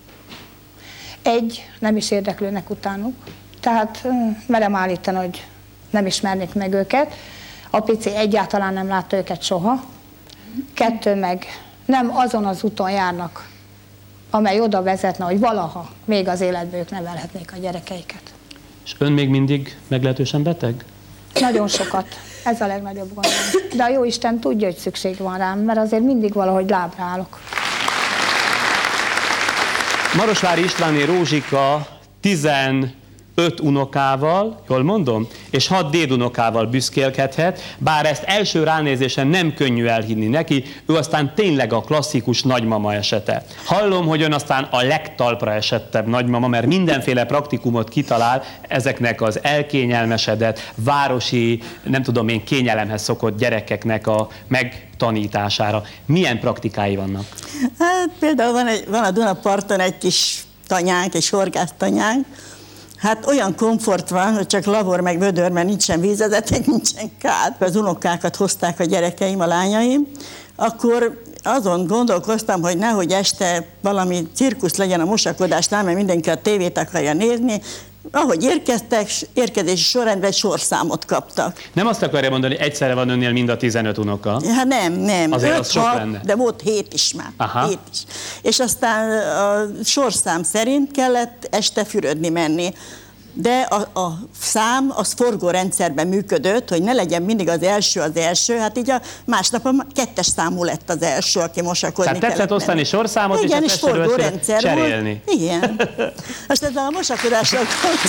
Q: Egy, nem is érdeklőnek utánuk. Tehát merem állítani, hogy nem ismernék meg őket. A pici egyáltalán nem látta őket soha. Kettő meg nem azon az úton járnak, amely oda vezetne, hogy valaha még az életben ők nevelhetnék a gyerekeiket.
A: És ön még mindig meglehetősen beteg?
Q: Nagyon sokat. Ez a legnagyobb gondom. De a Jóisten tudja, hogy szükség van rám, mert azért mindig valahogy lábra állok.
A: Marosvári Istváné Rózsika tizenöt unokával, jól mondom, és hat dédunokával büszkélkedhet, bár ezt első ránézésen nem könnyű elhinni neki, ő aztán tényleg a klasszikus nagymama esete. Hallom, hogy ön aztán a legtalpra esettebb nagymama, mert mindenféle praktikumot kitalál ezeknek az elkényelmesedett, városi, nem tudom én, kényelemhez szokott gyerekeknek a megtanítására. Milyen praktikái vannak?
F: Hát például van, egy, van a Dunaparton egy kis tanyánk, egy horgásztanyánk. Hát olyan komfort van, hogy csak lavor meg vödör, mert nincsen vízvezeték, nincsen kád. Az unokákat hozták a gyerekeim, a lányaim, akkor azon gondolkoztam, hogy nehogy este valami cirkusz legyen a mosakodásnál, mert mindenki a tévét akarja nézni. Ahogy érkeztek, érkezési sorrendben sorszámot kaptak.
A: Nem azt akarja mondani, hogy egyszerre van önnél mind a tizenöt unoka?
F: Hát nem, nem.
A: Azért
F: öt,
A: az sok
F: hat,
A: lenne.
F: De volt hét is már.
A: Aha.
F: Hét is. És aztán a sorszám szerint kellett este fürödni menni. De a, a szám az forgórendszerben működött, hogy ne legyen mindig az első az első, hát így a másnap a kettes számú lett az első, aki mosakodni kellett.
A: Tehát tetszett osztani sorszámot,
F: igen,
A: és
F: és forgórendszer
A: cserélni.
F: Volt. Igen. Most ezzel a mosakodással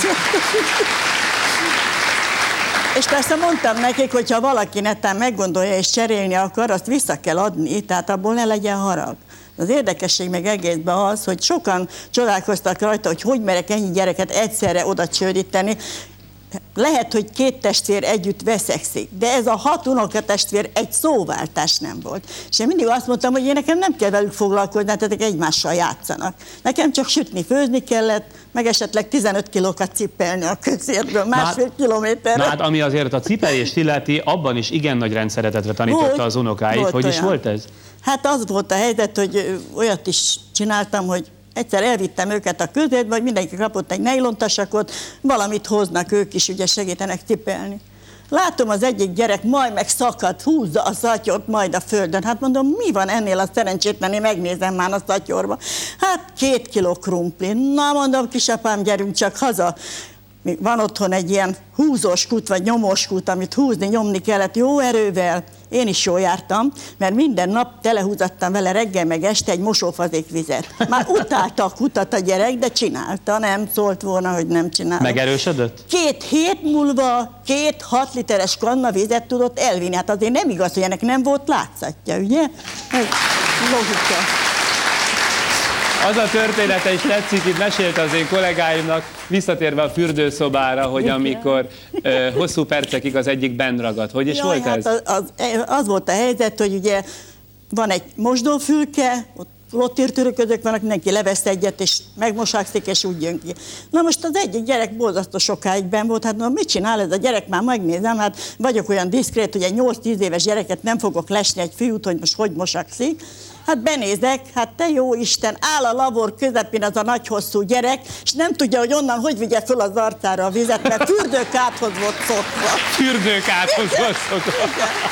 F: és persze mondtam nekik, hogy ha valaki netán meggondolja és cserélni akar, azt vissza kell adni, tehát abból ne legyen harag. Az érdekesség meg egészben az, hogy sokan csodálkoztak rajta, hogy hogy merek ennyi gyereket egyszerre oda csődíteni. Lehet, hogy két testvér együtt veszekszik, de ez a hat unokatestvér egy szóváltás nem volt. És én mindig azt mondtam, hogy én nekem nem kell velük foglalkozni, tehát egymással játszanak. Nekem csak sütni, főzni kellett, meg esetleg tizenöt kilókat cipelni a közértből, másfél
A: hát,
F: kilométerre.
A: Na hát, ami azért a cipelést illeti, abban is igen nagy rendszeretetre tanította volt, az unokáit. Hogy olyan. Is volt ez?
F: Hát az volt a helyzet, hogy olyat is csináltam, hogy egyszer elvittem őket a közértbe, hogy mindenki kapott egy nejlontasakot, valamit hoznak ők is, ugye segítenek cipelni. Látom, az egyik gyerek majd meg szakadt, húzza a szatyort majd a földön. Hát mondom, mi van ennél a szerencsétlen, én megnézem már a szatyorba. Hát két kiló krumpli. Na mondom, kisapám, gyerünk csak haza. Van otthon egy ilyen húzós kút, vagy nyomós kút, amit húzni, nyomni kellett jó erővel. Én is jól jártam, mert minden nap telehúzattam vele reggel meg este egy mosófazék vizet. Már utálta a kutat a gyerek, de csinálta, nem szólt volna, hogy nem csinálta.
A: Megerősödött?
F: Két hét múlva két hat literes kanna vizet tudott elvinni. Hát azért nem igaz, hogy ennek nem volt látszatja, ugye? Logika.
A: Az a története is tetszik, itt mesélte az én kollégáimnak, visszatérve a fürdőszobára, hogy amikor ö, hosszú percekig az egyik benn ragadt. Hogy is
F: Jaj,
A: volt
F: hát
A: ez?
F: Az, az, az volt a helyzet, hogy ugye van egy mosdófülke, ott lottírtöröközök vannak, mindenki levesz egyet, és megmosákszik, és úgy jön ki. Na most az egyik gyerek borzasztó sokáig benn volt, hát no, mit csinál ez a gyerek, már megnézem, hát vagyok olyan diszkrét, hogy egy nyolc-tíz éves gyereket nem fogok lesni egy fiút, hogy most hogy mosakszik. Hát benézek, hát te jó Isten, áll a lavor közepén az a nagy hosszú gyerek, és nem tudja, hogy onnan hogy vigye föl az arcára a vizet, mert fürdőkádhoz volt szokva.
A: Fürdőkádhoz volt szokva.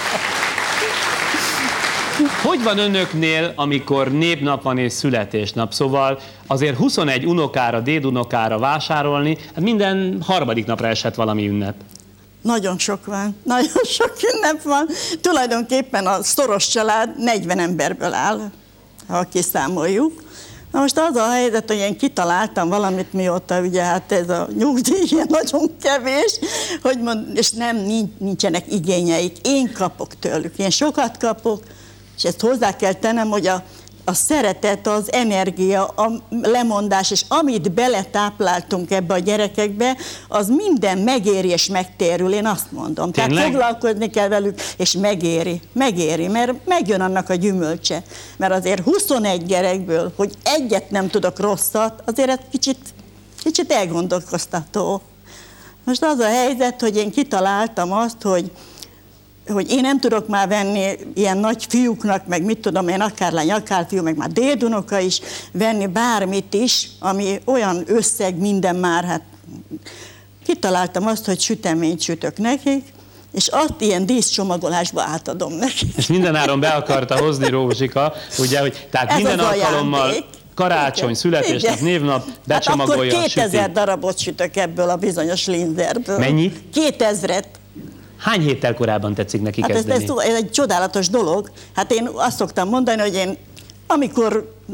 A: Hogy van önöknél, amikor népnap van és születésnap? Szóval azért huszonegy unokára, dédunokára vásárolni, hát minden harmadik napra esett valami ünnep.
F: Nagyon sok van, nagyon sok ünnep van. Tulajdonképpen a szoros család negyven emberből áll, ha kiszámoljuk. Na most az a helyzet, hogy én kitaláltam valamit, mióta ugye hát ez a nyugdíj ilyen nagyon kevés, hogy mond, és nem nincsenek igényeik. Én kapok tőlük, én sokat kapok, és ezt hozzá kell tennem, hogy a, a szeretet, az energia, a lemondás, és amit beletápláltunk ebbe a gyerekekbe, az minden megéri és megtérül, én azt mondom. Tényleg? Tehát foglalkozni kell velük, és megéri, megéri, mert megjön annak a gyümölcse. Mert azért huszonegy gyerekből, hogy egyet nem tudok rosszat, azért ez kicsit, kicsit elgondolkoztató. Most az a helyzet, hogy én kitaláltam azt, hogy hogy én nem tudok már venni ilyen nagy fiúknak, meg mit tudom én, akár lány, akár fiú, meg már dédunoka is, venni bármit is, ami olyan összeg, minden már, hát kitaláltam azt, hogy süteményt sütök nekik, és azt ilyen díszcsomagolásba átadom nekik.
A: És mindenáron be akarta hozni Rózsika, ugye, hogy tehát
F: ez
A: minden alkalommal karácsony, születésnap, névnap, becsomagolja
F: hát
A: a sütit.
F: akkor kétezer darabot sütök ebből a bizonyos linzerből.
A: Mennyit?
F: Kétezret.
A: Hány héttel korábban tetszik neki
F: hát
A: kezdeni?
F: Ez, ez, ez egy csodálatos dolog. Hát én azt szoktam mondani, hogy én amikor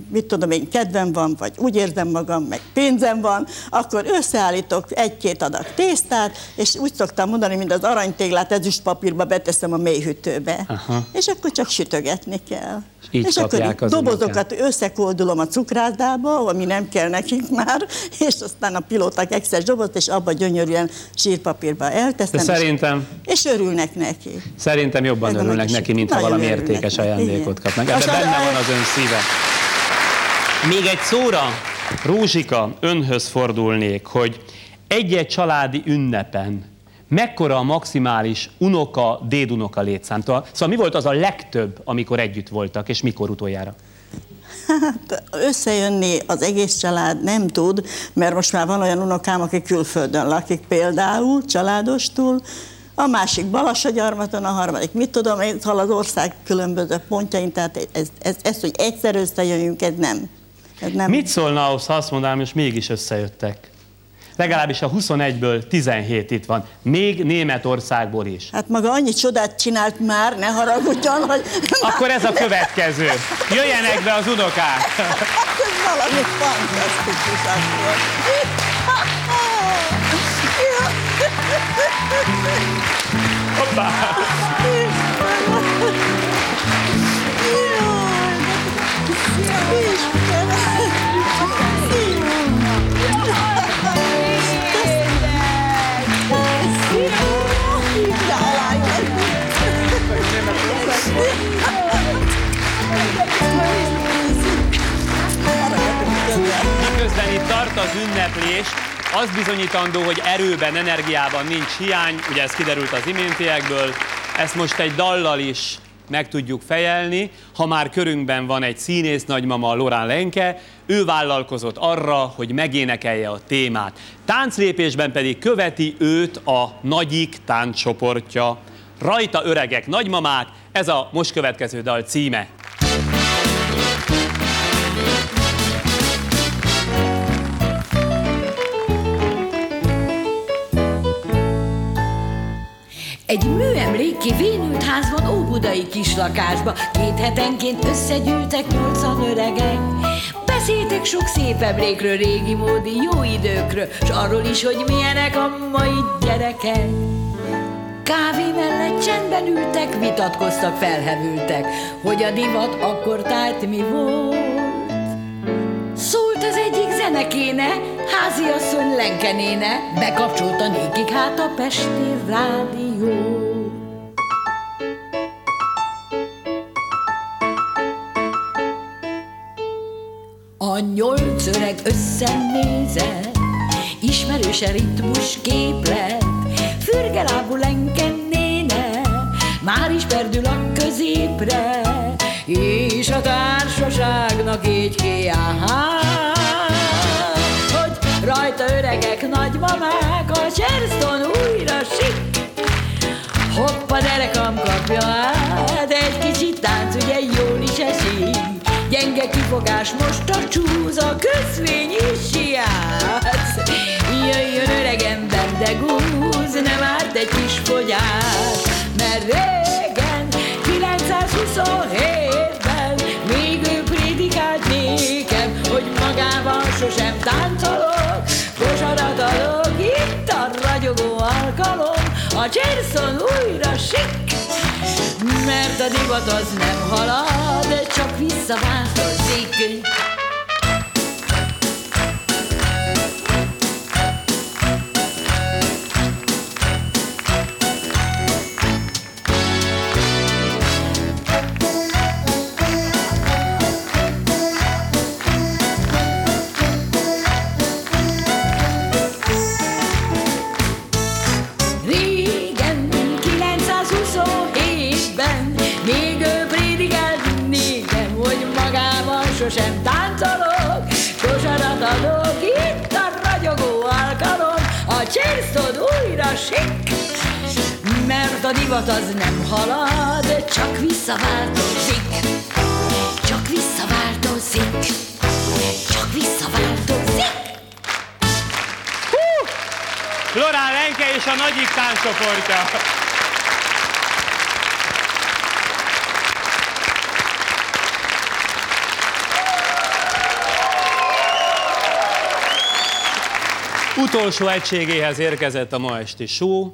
F: mit tudom én, kedvem van, vagy úgy érzem magam, meg pénzem van, akkor összeállítok egy-két adag tésztát, és úgy szoktam mondani, mint az aranytéglát ezüstpapírba beteszem a mélyhűtőbe. Aha. És akkor csak sütögetni kell.
A: Így
F: és akkor
A: az
F: dobozokat unokát. Összekoldulom a cukrászdába, ami nem kell nekünk már, és aztán a pilóták exes dobozt, és abba gyönyörűen zsírpapírba elteszem.
A: De szerintem...
F: És, és örülnek neki.
A: Szerintem jobban Meg örülnek neki, mint ha valami értékes ajándékot kapnak. Ebben benne van az ön szíve. Még egy szóra, Rózsika, önhöz fordulnék, hogy egy-egy családi ünnepen mekkora a maximális unoka, dédunoka létszám? Szóval mi volt az a legtöbb, amikor együtt voltak, és mikor utoljára?
F: Hát összejönni az egész család nem tud, mert most már van olyan unokám, aki külföldön lakik például, családostul, a másik Balassagyarmaton, a harmadik, mit tudom, én, hal az ország különböző pontjain, tehát ez, ez, ez, hogy egyszer összejöjjünk, ez nem. Ez nem.
A: Mit szólna ahhoz, ha azt mondanám, és mégis összejöttek? Legalábbis a huszonegyből tizenhét itt van, még Németországból is.
F: Hát maga annyi csodát csinált már, ne haragudjon, hogy...
A: Akkor ez a következő. Jöjjenek be az unokák!
F: Ez valami fantasztikus akkor.
A: Hoppá! Miközben itt tart az ünneplés, az bizonyítandó, hogy erőben, energiában nincs hiány, ugye ez kiderült az iméntiekből, ezt most egy dallal is meg tudjuk fejelni. Ha már körünkben van egy színész nagymama, Lorán Lenke, ő vállalkozott arra, hogy megénekelje a témát. Tánclépésben pedig követi őt a Nagyik tánccsoportja. Rajta öregek nagymamák, ez a most következő dal címe.
H: Egy műemlékké vénült ház van óbudai kislakásba, két hetenként összegyűltek nyolcan öregek. Beszéltek sok szép emlékről, régi módi jó időkről, s arról is, hogy milyenek a mai gyerekek. Kávé mellett csendben ültek, vitatkoztak, felhevültek, hogy a divat akkor tájt mi volt. Szólt az egyik zenekéne, háziasszony Lenkenéne, bekapcsolta nékik hát a pesti rádió. A nyolc öreg összenézett, ismerőse ritmus képlet, fürgelábú Lenkenéne, már is perdül a középre, és a társaságnak így kiáll, hogy rajta öregek nagymamák, a Charleston újra sik. Hoppa, derekam kapja át, egy kicsit tánc ugye jól is esik. Gyenge kifogás, most a csúz, a közvény is siát. Jöjjön öregem, bendegúz, nem árt egy kis fogyás, mert régen, kilencszázhuszonhétben még ő prédikált nékem, hogy magával sosem táncolok, kosarat adok, itt a ragyogó alkalom, a Charleston újra sik, mert a divat az nem halad, csak visszaváltozik. Sosem táncolok, kosarat adok, itt a ragyogó alkalom, a Charleston újra sik, mert a divat az nem halad, csak visszaváltozik, csak visszaváltozik, csak visszaváltozik.
A: Hú! Lorán Lenke és a Nagyik tánccsoportja. Utolsó egységéhez érkezett a ma esti show.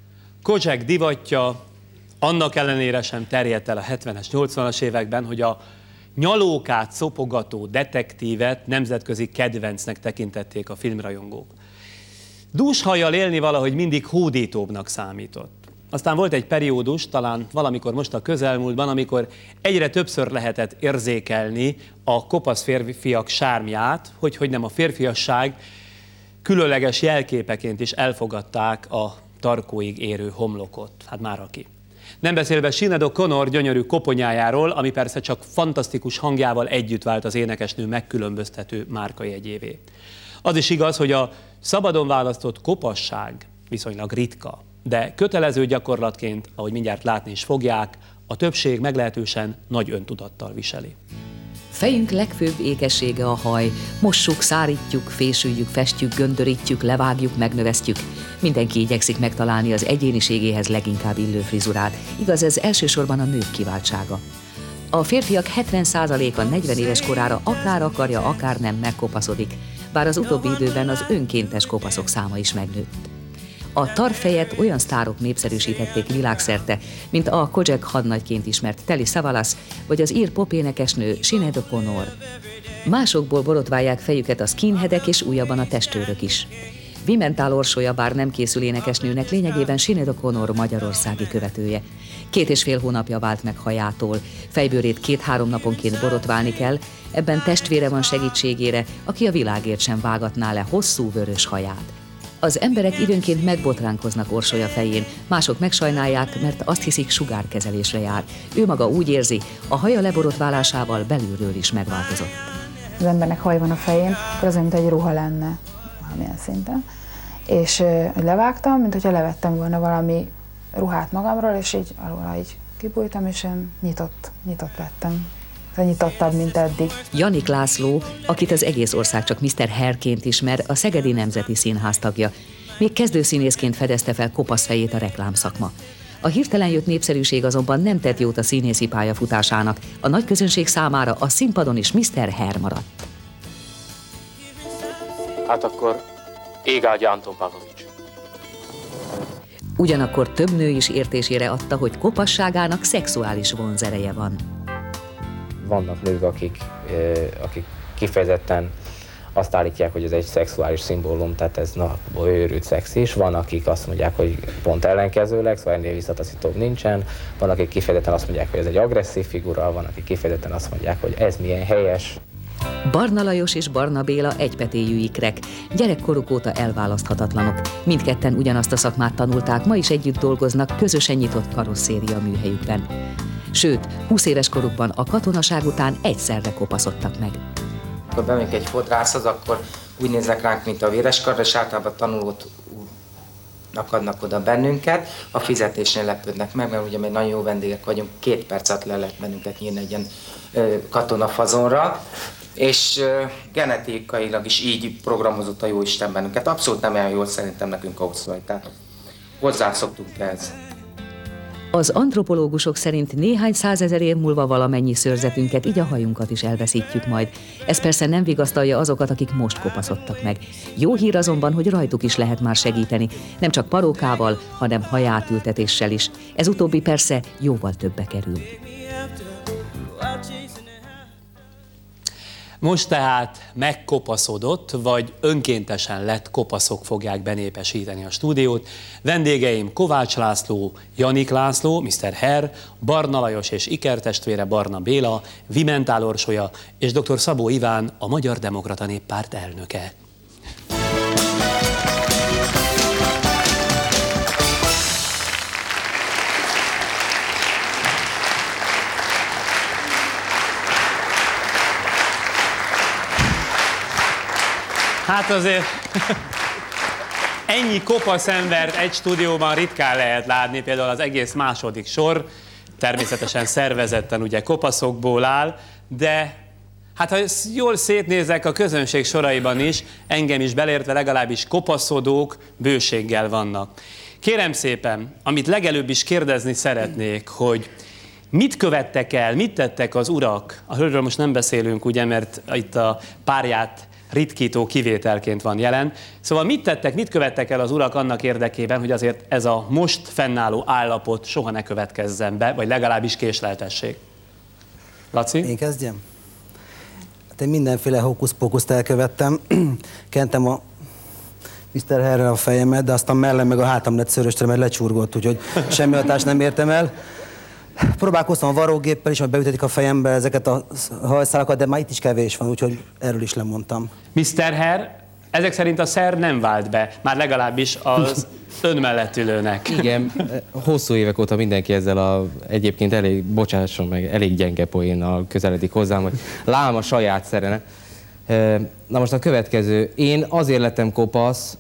A: Kozsek divatja annak ellenére sem terjedt el a hetvenes, nyolcvanas években, hogy a nyalókát szopogató detektívet nemzetközi kedvencnek tekintették a filmrajongók. Dúshajjal élni valahogy mindig hódítóbbnak számított. Aztán volt egy periódus, talán valamikor most a közelmúltban, amikor egyre többször lehetett érzékelni a kopasz férfiak sármját, hogy, hogy nem a férfiasság különleges jelképeként is elfogadták a tarkóig érő homlokot. Hát már aki. Nem beszélve Sinéad O'Connor gyönyörű koponyájáról, ami persze csak fantasztikus hangjával együtt vált az énekesnő megkülönböztető márkajegyévé. Az is igaz, hogy a szabadon választott kopasság viszonylag ritka, de kötelező gyakorlatként, ahogy mindjárt látni is fogják, a többség meglehetősen nagy öntudattal viseli.
B: Fejünk legfőbb ékessége a haj. Mossuk, szárítjuk, fésüljük, festjük, göndörítjük, levágjuk, megnövesztjük. Mindenki igyekszik megtalálni az egyéniségéhez leginkább illő frizurát. Igaz, ez elsősorban a nők kiváltsága. A férfiak hetven százaléka negyven éves korára akár akarja, akár nem megkopaszodik, bár az utóbbi időben az önkéntes kopaszok száma is megnőtt. A tarfejet olyan sztárok népszerűsítették világszerte, mint a Kojak hadnagyként ismert Telly Savalas, vagy az ír popénekesnő Sinéad O'Connor. Másokból borotválják fejüket a skinheadek és újabban a testőrök is. Vimentál Orsolya bár nem készül énekesnőnek, lényegében Sinéad O'Connor magyarországi követője. Két és fél hónapja vált meg hajától. Fejbőrét két-három naponként borotválni kell, ebben testvére van segítségére, aki a világért sem vágatná le hosszú vörös haját. Az emberek időnként megbotránkoznak Orsolya fején, mások megsajnálják, mert azt hiszik, sugárkezelésre jár. Ő maga úgy érzi, a haja leborotválásával belülről is megváltozott.
I: Az embernek haj van a fején, akkor az, mint egy ruha lenne valamilyen szinten. És hogy levágtam, mint hogyha levettem volna valami ruhát magamról, és így alulra így kibújtam, és én nyitott, nyitott lettem. Nyitottabb, mint eddig.
B: Janik László, akit az egész ország csak miszter Hairként ismer, a Szegedi Nemzeti Színház tagja. Még kezdőszínészként fedezte fel kopasz fejét a reklámszakma. A hirtelen jött népszerűség azonban nem tett jót a színészi pályafutásának. A nagy közönség számára a színpadon is miszter Hair maradt.
V: Hát akkor ég áldja Anton Pavlovics.
B: Ugyanakkor több nő is értésére adta, hogy kopasságának szexuális vonzereje van.
W: Vannak nők, akik, akik kifejezetten azt állítják, hogy ez egy szexuális szimbólum, tehát ez na, őrült szex is. Van, akik azt mondják, hogy pont ellenkezőleg, szóval ennél visszataszítóbb nincsen. Van, akik kifejezetten azt mondják, hogy ez egy agresszív figura, van, akik kifejezetten azt mondják, hogy ez milyen helyes.
B: Barna Lajos és Barna Béla egypetéjű ikrek, gyerekkoruk óta elválaszthatatlanok. Mindketten ugyanazt a szakmát tanulták, ma is együtt dolgoznak közösen nyitott karosszéria műhelyükben. Sőt, húsz éves korukban a katonaság után egyszerre kopaszodtak meg.
X: Amikor bemegyünk egy fodrászhoz, akkor úgy néznek ránk, mint a véreskarra, és általában tanulót akadnak oda bennünket. A fizetésnél lepődnek meg, mert ugye mi nagyon jó vendégek vagyunk, két perc alatt le lehet bennünket nyírni egy ilyen ö, katonafazonra. És ö, genetikailag is így programozott a Jóisten bennünket. Abszolút nem olyan jól szerintem nekünk ahhoz, hogy tehát hozzászoktunk ehhez.
B: Az antropológusok szerint néhány százezer év múlva valamennyi szőrzetünket, így a hajunkat is elveszítjük majd. Ez persze nem vigasztalja azokat, akik most kopaszodtak meg. Jó hír azonban, hogy rajtuk is lehet már segíteni, nem csak parókával, hanem hajátültetéssel is. Ez utóbbi persze jóval többe kerül.
A: Most tehát megkopaszodott, vagy önkéntesen lett kopaszok fogják benépesíteni a stúdiót. Vendégeim Kovács László, Janik László, miszter Hair, Barna Lajos és ikertestvére Barna Béla, Vimentál Orsolya és dr. Szabó Iván, a Magyar Demokrata Néppárt elnöke. Hát azért ennyi kopasz embert egy stúdióban ritkán lehet látni, például az egész második sor, természetesen szervezetten ugye kopaszokból áll, de hát ha jól szétnézek a közönség soraiban is, engem is belértve legalábbis kopaszodók bőséggel vannak. Kérem szépen, amit legelőbb is kérdezni szeretnék, hogy mit követtek el, mit tettek az urak, a hölgyről most nem beszélünk ugye, mert itt a párját ritkító kivételként van jelen. Szóval mit tettek, mit követtek el az urak annak érdekében, hogy azért ez a most fennálló állapot soha ne következzen be, vagy legalábbis késleltessék? Laci?
E: Én kezdjem? Hát én mindenféle hókusz-pókuszt elkövettem. Kentem a miszter Herre a fejemet, de aztán mellem meg a hátam lett szöröstre, mert lecsurgott, úgyhogy semmi hatást nem értem el. Próbálkoztam a varrógéppel is, hogy beütetik a fejembe ezeket a hajszálakat, de már itt is kevés van, úgyhogy erről is lemondtam.
A: miszter Herr, ezek szerint a szer nem vált be, már legalábbis az ön mellett ülőnek.
W: Igen, hosszú évek óta mindenki ezzel a egyébként elég, bocsásson meg, elég gyenge poénnal közeledik hozzám, hogy lám a saját szerene. Na most a következő, én azért lettem kopasz,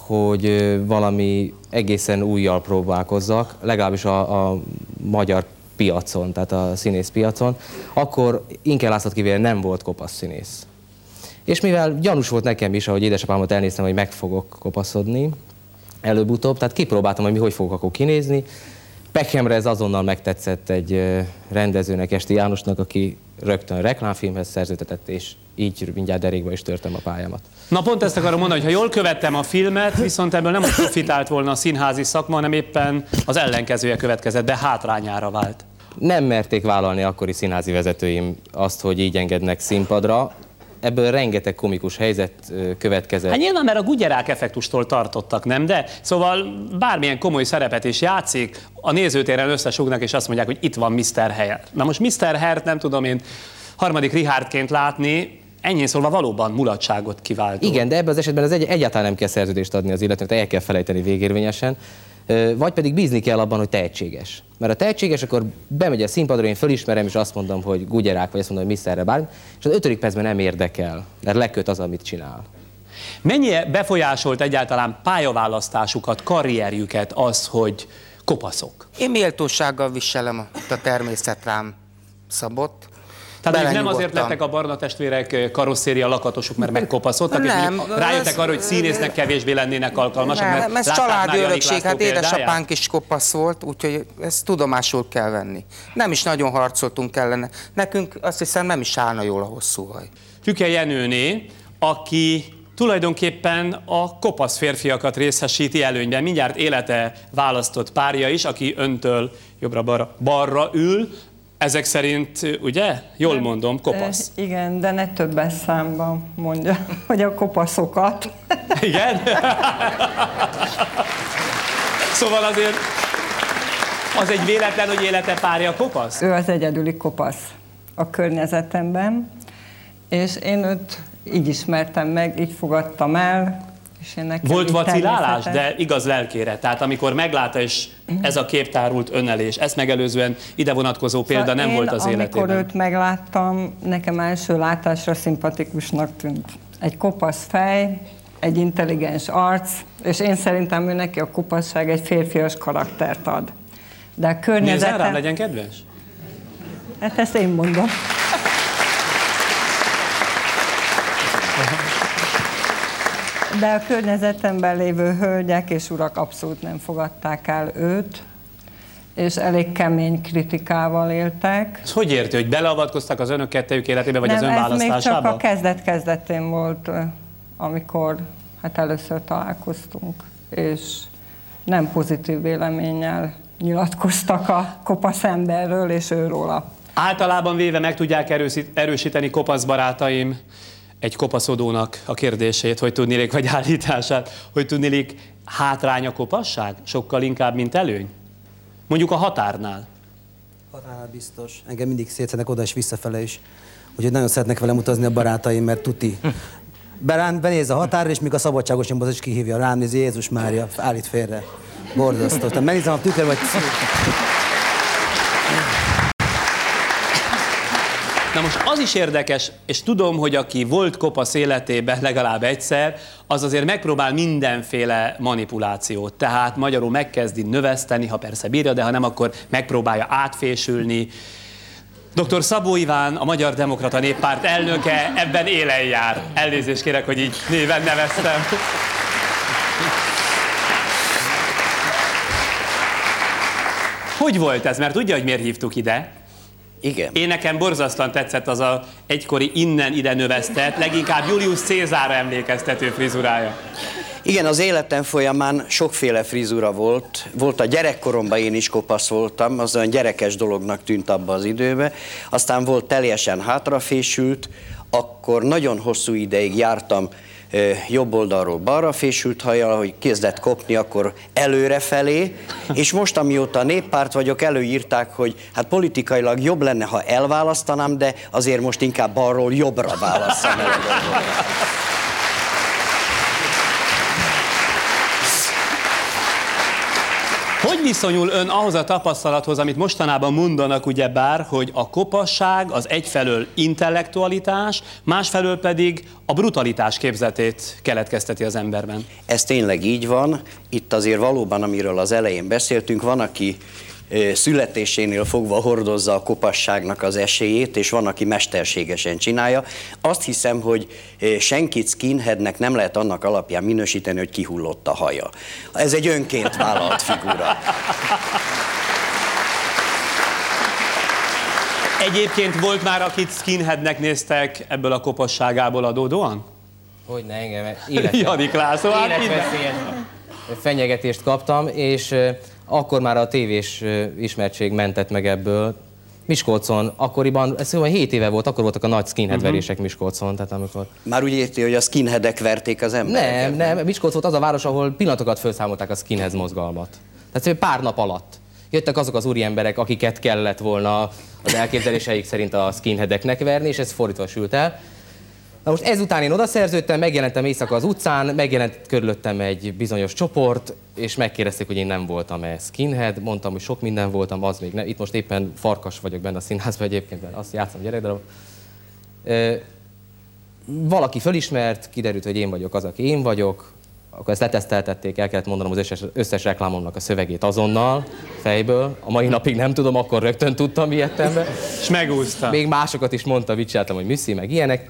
W: hogy valami egészen újjal próbálkozzak, legalábbis a, a magyar piacon, tehát a színész piacon. Akkor Inke Lászlót kivéve nem volt kopasz színész. És mivel gyanús volt nekem is, ahogy édesapámat elnéztem, hogy meg fogok kopaszodni előbb-utóbb, tehát kipróbáltam, hogy mi hogy fogok akkor kinézni. Pekhemre ez azonnal megtetszett egy rendezőnek, Esti Jánosnak, aki rögtön reklámfilmhez szerződtetett, és így mindjárt derékba is törtem a pályámat.
A: Na pont ezt akarom mondani, hogy ha jól követtem a filmet, viszont ebből nem profitált volna a színházi szakma, hanem éppen az ellenkezője következett be, hátrányára vált.
W: Nem merték vállalni akkori színházi vezetőim azt, hogy így engednek színpadra. Ebből rengeteg komikus helyzet következett.
A: Hát nyilván, mert a gugyerák effektustól tartottak, nem? De szóval bármilyen komoly szerepet is játszik, a nézőtéren összesugnak, és azt mondják, hogy itt van miszter Herr. Na most miszter Herrt nem tudom én harmadik Richardként látni, ennyi szólva valóban mulatságot kiváltó.
W: Igen, de ebben az esetben az egy, egyáltalán nem kell szerződést adni az illetőnek, el kell felejteni végérvényesen. Vagy pedig bízni kell abban, hogy tehetséges. Mert ha tehetséges, akkor bemegy a színpadra, én fölismerem, és azt mondom, hogy gugyerák, vagy azt mondom, hogy miszterre bármi, és az ötödik percben nem érdekel, mert leköt az, amit csinál.
A: Mennyire befolyásolt egyáltalán pályaválasztásukat, karrierjüket az, hogy kopaszok?
X: Én méltósággal viselem, a természet rám szabott.
A: Tehát nem azért lettek a Barna testvérek karosszéria lakatosuk, mert megkopaszodtak,
X: nem,
A: és rájöttek
X: ez,
A: arra, hogy színésznek kevésbé lennének alkalmasak,
X: nem,
A: mert
X: ez családi örökség, hát
A: példáját?
X: édesapánk is kopasz volt, úgyhogy ezt tudomásul kell venni. Nem is nagyon harcoltunk ellene. Nekünk azt hiszem nem is állna jól a hosszú haj.
A: Tüke Jenőné, aki tulajdonképpen a kopasz férfiakat részesíti előnyben. Mindjárt élete választott párja is, aki öntől jobbra-balra balra ül. Ezek szerint, ugye? Jól mondom, kopasz.
G: E, igen, de ne többes számban mondja, hogy a kopaszokat.
A: Igen? Szóval azért az egy véletlen, hogy élete párja kopasz?
G: Ő az egyedüli kopasz a környezetemben, és én őt így ismertem meg, így fogadtam el. És én nekem
A: volt vacilálás, de igaz lelkére. Tehát amikor meglátta, és ez a kép tárult ön elé, és ezt megelőzően ide vonatkozó példa szóval nem
G: én,
A: volt az életében.
G: Amikor őt megláttam, nekem első látásra szimpatikusnak tűnt. Egy kopasz fej, egy intelligens arc, és én szerintem ő neki a kopasság egy férfias karaktert ad. De a környezetem...
A: Nézzel rám, legyen kedves?
G: Hát ezt én mondom. De a környezetemben lévő hölgyek és urak abszolút nem fogadták el őt, és elég kemény kritikával éltek.
A: Ez hogy érti, hogy beleavatkoztak az önök kettejük életébe, vagy nem, az ön választásába?
G: Ez még csak a kezdet-kezdetén volt, amikor hát először találkoztunk, és nem pozitív véleménnyel nyilatkoztak a kopasz emberről és őróla.
A: Általában véve meg tudják erősíteni kopasz barátaim egy kopaszodónak a kérdését, hogy tudnilik, vagy állítását, hogy tudnilik, hátrány a kopasság? Sokkal inkább, mint előny? Mondjuk a határnál.
E: Határnál biztos. Engem mindig szétszenek oda és visszafele is. Úgyhogy nagyon szeretnek velem utazni a barátaim, mert tuti. Berán, benéz a határra, és még a szabadságos nyomboz is kihívja. Rám nézi, Jézus Mária, állít félre. Borzasztó. Tehát megnézem a tükör, vagy...
A: Na most az is érdekes, és tudom, hogy aki volt kopasz életében legalább egyszer, az azért megpróbál mindenféle manipulációt. Tehát magyarul megkezdi növeszteni, ha persze bírja, de ha nem, akkor megpróbálja átfésülni. doktor Szabó Iván, a Magyar Demokrata Néppárt elnöke ebben élen jár. Elnézést kérek, hogy így néven neveztem. Hogy volt ez? Mert tudja, hogy miért hívtuk ide?
C: Igen.
A: Én nekem borzasztóan tetszett az a egykori innen ide növesztett, leginkább Julius Cézárra emlékeztető frizurája.
C: Igen, az életem folyamán sokféle frizura volt. Volt a gyerekkoromban, én is kopasz voltam, az olyan gyerekes dolognak tűnt abba az időbe. Aztán volt teljesen hátrafésült, akkor nagyon hosszú ideig jártam jobb oldalról balra fésült hajjal, hogy kezdett kopni, akkor előrefelé, és most, amióta néppárt vagyok, előírták, hogy hát politikailag jobb lenne, ha elválasztanám, de azért most inkább balról jobbra válasszam el a dolgot.
A: Hogy viszonyul ön ahhoz a tapasztalathoz, amit mostanában mondanak ugyebár, hogy a kopasság az egyfelől intellektualitás, másfelől pedig a brutalitás képzetét keletkezteti az emberben?
C: Ez tényleg így van. Itt azért valóban, amiről az elején beszéltünk, van, aki születésénél fogva hordozza a kopasságnak az esélyét, és van, aki mesterségesen csinálja. Azt hiszem, hogy senkit skinheadnek nem lehet annak alapján minősíteni, hogy kihullott a haja. Ez egy önként vállalt figura.
A: Egyébként volt már, akit skinheadnek néztek ebből a kopasságából adódóan?
J: Hogyne, engem élet...
A: Janik László, hát
J: életveszélyes fenyegetést kaptam, és akkor már a tévés ismertség mentett meg ebből. Miskolcon, akkoriban, ez szóval hét éve volt, akkor voltak a nagy skinhead verések Miskolcon, tehát amikor...
C: Már úgy érti, hogy a skinheadek verték az embereket?
J: Nem, nem, Miskolc volt az a város, ahol pillanatokat felszámolták a skinhead mozgalmat. Tehát pár nap alatt jöttek azok az úriemberek, akiket kellett volna az elképzeléseik szerint a skinheadeknek verni, és ez fordítva sült el. Na most ezután én odaszerződtem, megjelentem éjszaka az utcán, megjelent körülöttem egy bizonyos csoport, és megkérdezték, hogy én nem voltam-e skinhead, mondtam, hogy sok minden voltam, az még nem. Itt most éppen Farkas vagyok benne a színházban egyébként, mert azt játszom gyerekdarab. Valaki fölismert, kiderült, hogy én vagyok az, aki én vagyok, akkor ezt leteszteltették, el kellett mondanom az összes, összes reklámomnak a szövegét azonnal, fejből. A mai napig nem tudom, akkor rögtön tudtam ilyettembe.
A: És megúszta.
J: Még másokat is mondta, vicceltem, hogy műszi, meg ilyenek.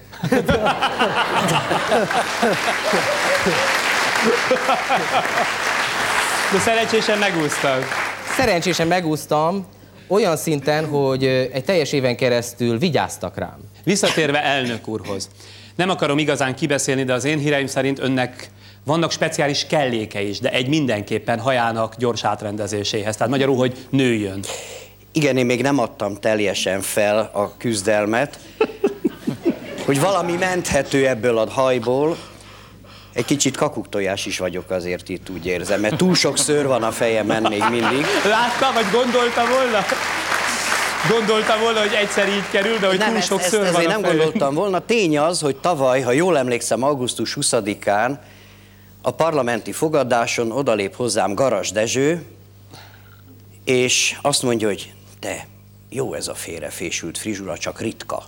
A: De szerencsésen megúsztad.
J: Szerencsésen megúsztam, olyan szinten, hogy egy teljes éven keresztül vigyáztak rám.
A: Visszatérve elnök úrhoz. Nem akarom igazán kibeszélni, de az én híreim szerint önnek vannak speciális kelléke is, de egy mindenképpen hajának gyors átrendezéséhez. Tehát magyarul, hogy nőjön.
C: Igen, én még nem adtam teljesen fel a küzdelmet, hogy valami menthető ebből a hajból. Egy kicsit kakuktojás is vagyok azért itt, úgy érzem, mert túl sok szőr van a fejemen még mindig.
A: Látta, vagy gondolta volna? Gondolta volna, hogy egyszer így kerül, de hogy
C: nem,
A: túl
C: ezt,
A: sok
C: ezt,
A: szőr van
C: ezért
A: a
C: nem
A: fején.
C: gondoltam volna. Tény az, hogy tavaly, ha jól emlékszem, augusztus huszadikán a parlamenti fogadáson odalép hozzám Garas Dezső, és azt mondja, hogy te, jó ez a félrefésült frizsura, csak ritka.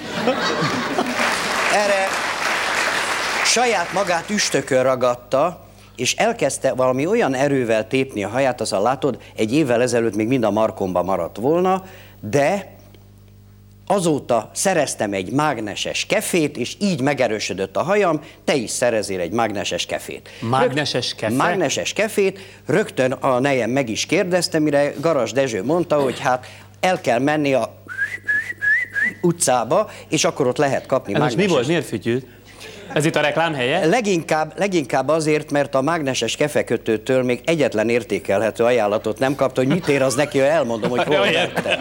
C: Erre saját magát üstökön ragadta, és elkezdte valami olyan erővel tépni a haját, azon látod, egy évvel ezelőtt még mind a markomba maradt volna, de azóta szereztem egy mágneses kefét, és így megerősödött a hajam, te is szerezél egy mágneses kefét.
A: Mágneses kefe?
C: Mágneses kefét, rögtön a nejem meg is kérdezte, mire Garas Dezső mondta, hogy hát el kell menni a utcába, és akkor ott lehet kapni
A: Ez
C: mágneses.
A: mi volt? Miért fütyült? Ez itt a reklám helye?
C: Leginkább, leginkább azért, mert a mágneses kefekötőtől még egyetlen értékelhető ajánlatot nem kapta, hogy mit ér az neki, hogy elmondom, hogy hol vettem.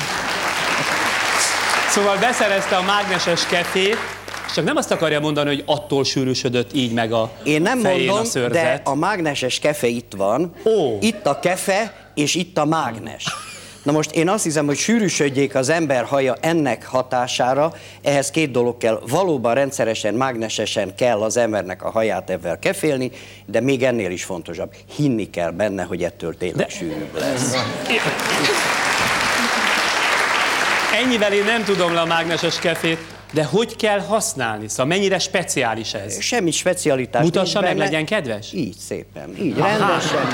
A: Szóval beszerezte a mágneses kefét, és csak nem azt akarja mondani, hogy attól sűrűsödött így meg a
C: Én nem
A: fején
C: mondom,
A: a szőrzet.
C: de a mágneses kefe itt van.
A: Ó.
C: Itt a kefe, és itt a mágnes. Na most én azt hiszem, hogy sűrűsödjék az ember haja ennek hatására, ehhez két dolog kell. Valóban rendszeresen, mágnesesen kell az embernek a haját ebben kefélni, de még ennél is fontosabb, hinni kell benne, hogy ettől tényleg de... sűrűbb lesz.
A: Ennyivel én nem tudom le a mágneses kefét, de hogy kell használni? Szóval mennyire speciális ez?
C: Semmi specialitás.
A: Mutassa meg, legyen kedves?
C: Így szépen, így Aha. rendesen.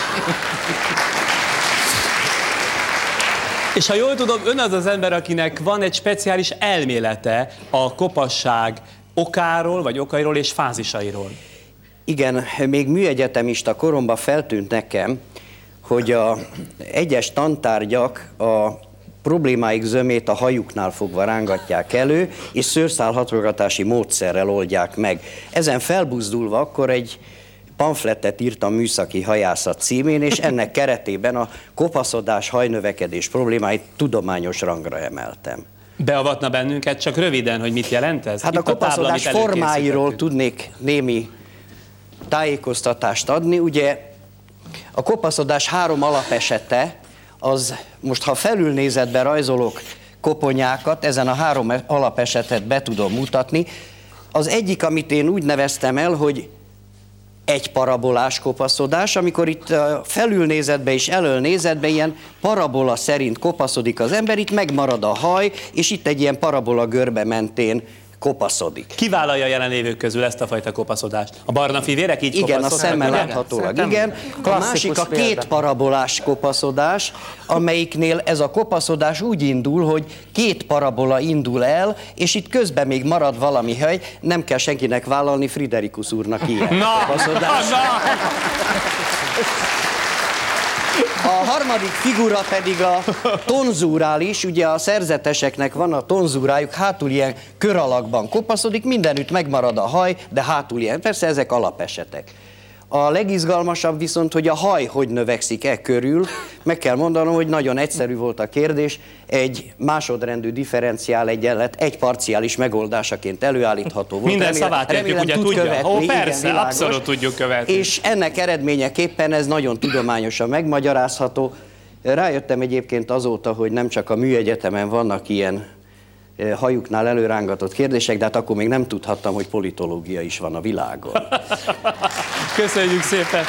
A: És ha jól tudom, ön az az ember, akinek van egy speciális elmélete a kopasság okáról, vagy okairól és fázisairól.
C: Igen, még műegyetemista koromban feltűnt nekem, hogy a egyes tantárgyak a problémáik zömét a hajuknál fogva rángatják elő, és szőrszálhatolgatási módszerrel oldják meg. Ezen felbuzdulva akkor egy pamfletet írtam Műszaki hajászat címén, és ennek keretében a kopaszodás, hajnövekedés problémáit tudományos rangra emeltem.
A: Beavatna bennünket csak röviden, hogy mit jelent ez?
C: Hát
A: Itt
C: a kopaszodás
A: tábla,
C: formáiról tudnék némi tájékoztatást adni. Ugye a kopaszodás három alapesete, az most ha felülnézetbe rajzolok koponyákat, ezen a három alapesetet be tudom mutatni. Az egyik, amit én úgy neveztem el, hogy egy parabolás kopaszodás, amikor itt felülnézetbe és elölnézetbe ilyen parabola szerint kopaszodik az ember, itt megmarad a haj, és itt egy ilyen parabola görbe mentén kopaszodik.
A: Ki vállalja a jelenlévők közül ezt a fajta kopaszodást? A barna fivérek így
C: igen,
A: kopaszodnak?
C: a szemmel láthatólag, igen. A másik a két parabolás kopaszodás, amelyiknél ez a kopaszodás úgy indul, hogy két parabola indul el, és itt közben még marad valami hely, nem kell senkinek vállalni, Friderikus úrnak ilyen
A: na,
C: kopaszodás.
A: Na.
C: A harmadik figura pedig a tonzúrális, ugye a szerzeteseknek van a tonzúrájuk, hátul ilyen kör alakban kopaszodik, mindenütt megmarad a haj, de hátul ilyen, persze ezek alapesetek. A legizgalmasabb viszont, hogy a haj hogy növekszik e körül, meg kell mondanom, hogy nagyon egyszerű volt a kérdés, egy másodrendű differenciál egyenlet egy parciális megoldásaként előállítható volt.
A: Minden
C: remélem,
A: szavát értjük,
C: remélem,
A: ugye
C: tud
A: tudja.
C: követni,
A: Ó,
C: igen,
A: persze,
C: világos.
A: abszolút tudjuk követni.
C: És ennek eredményeképpen ez nagyon tudományosan megmagyarázható. Rájöttem egyébként azóta, hogy nem csak a műegyetemen vannak ilyen hajuknál előrángatott kérdések, de hát akkor még nem tudhattam, hogy politológia is van a világon.
A: Köszönjük szépen!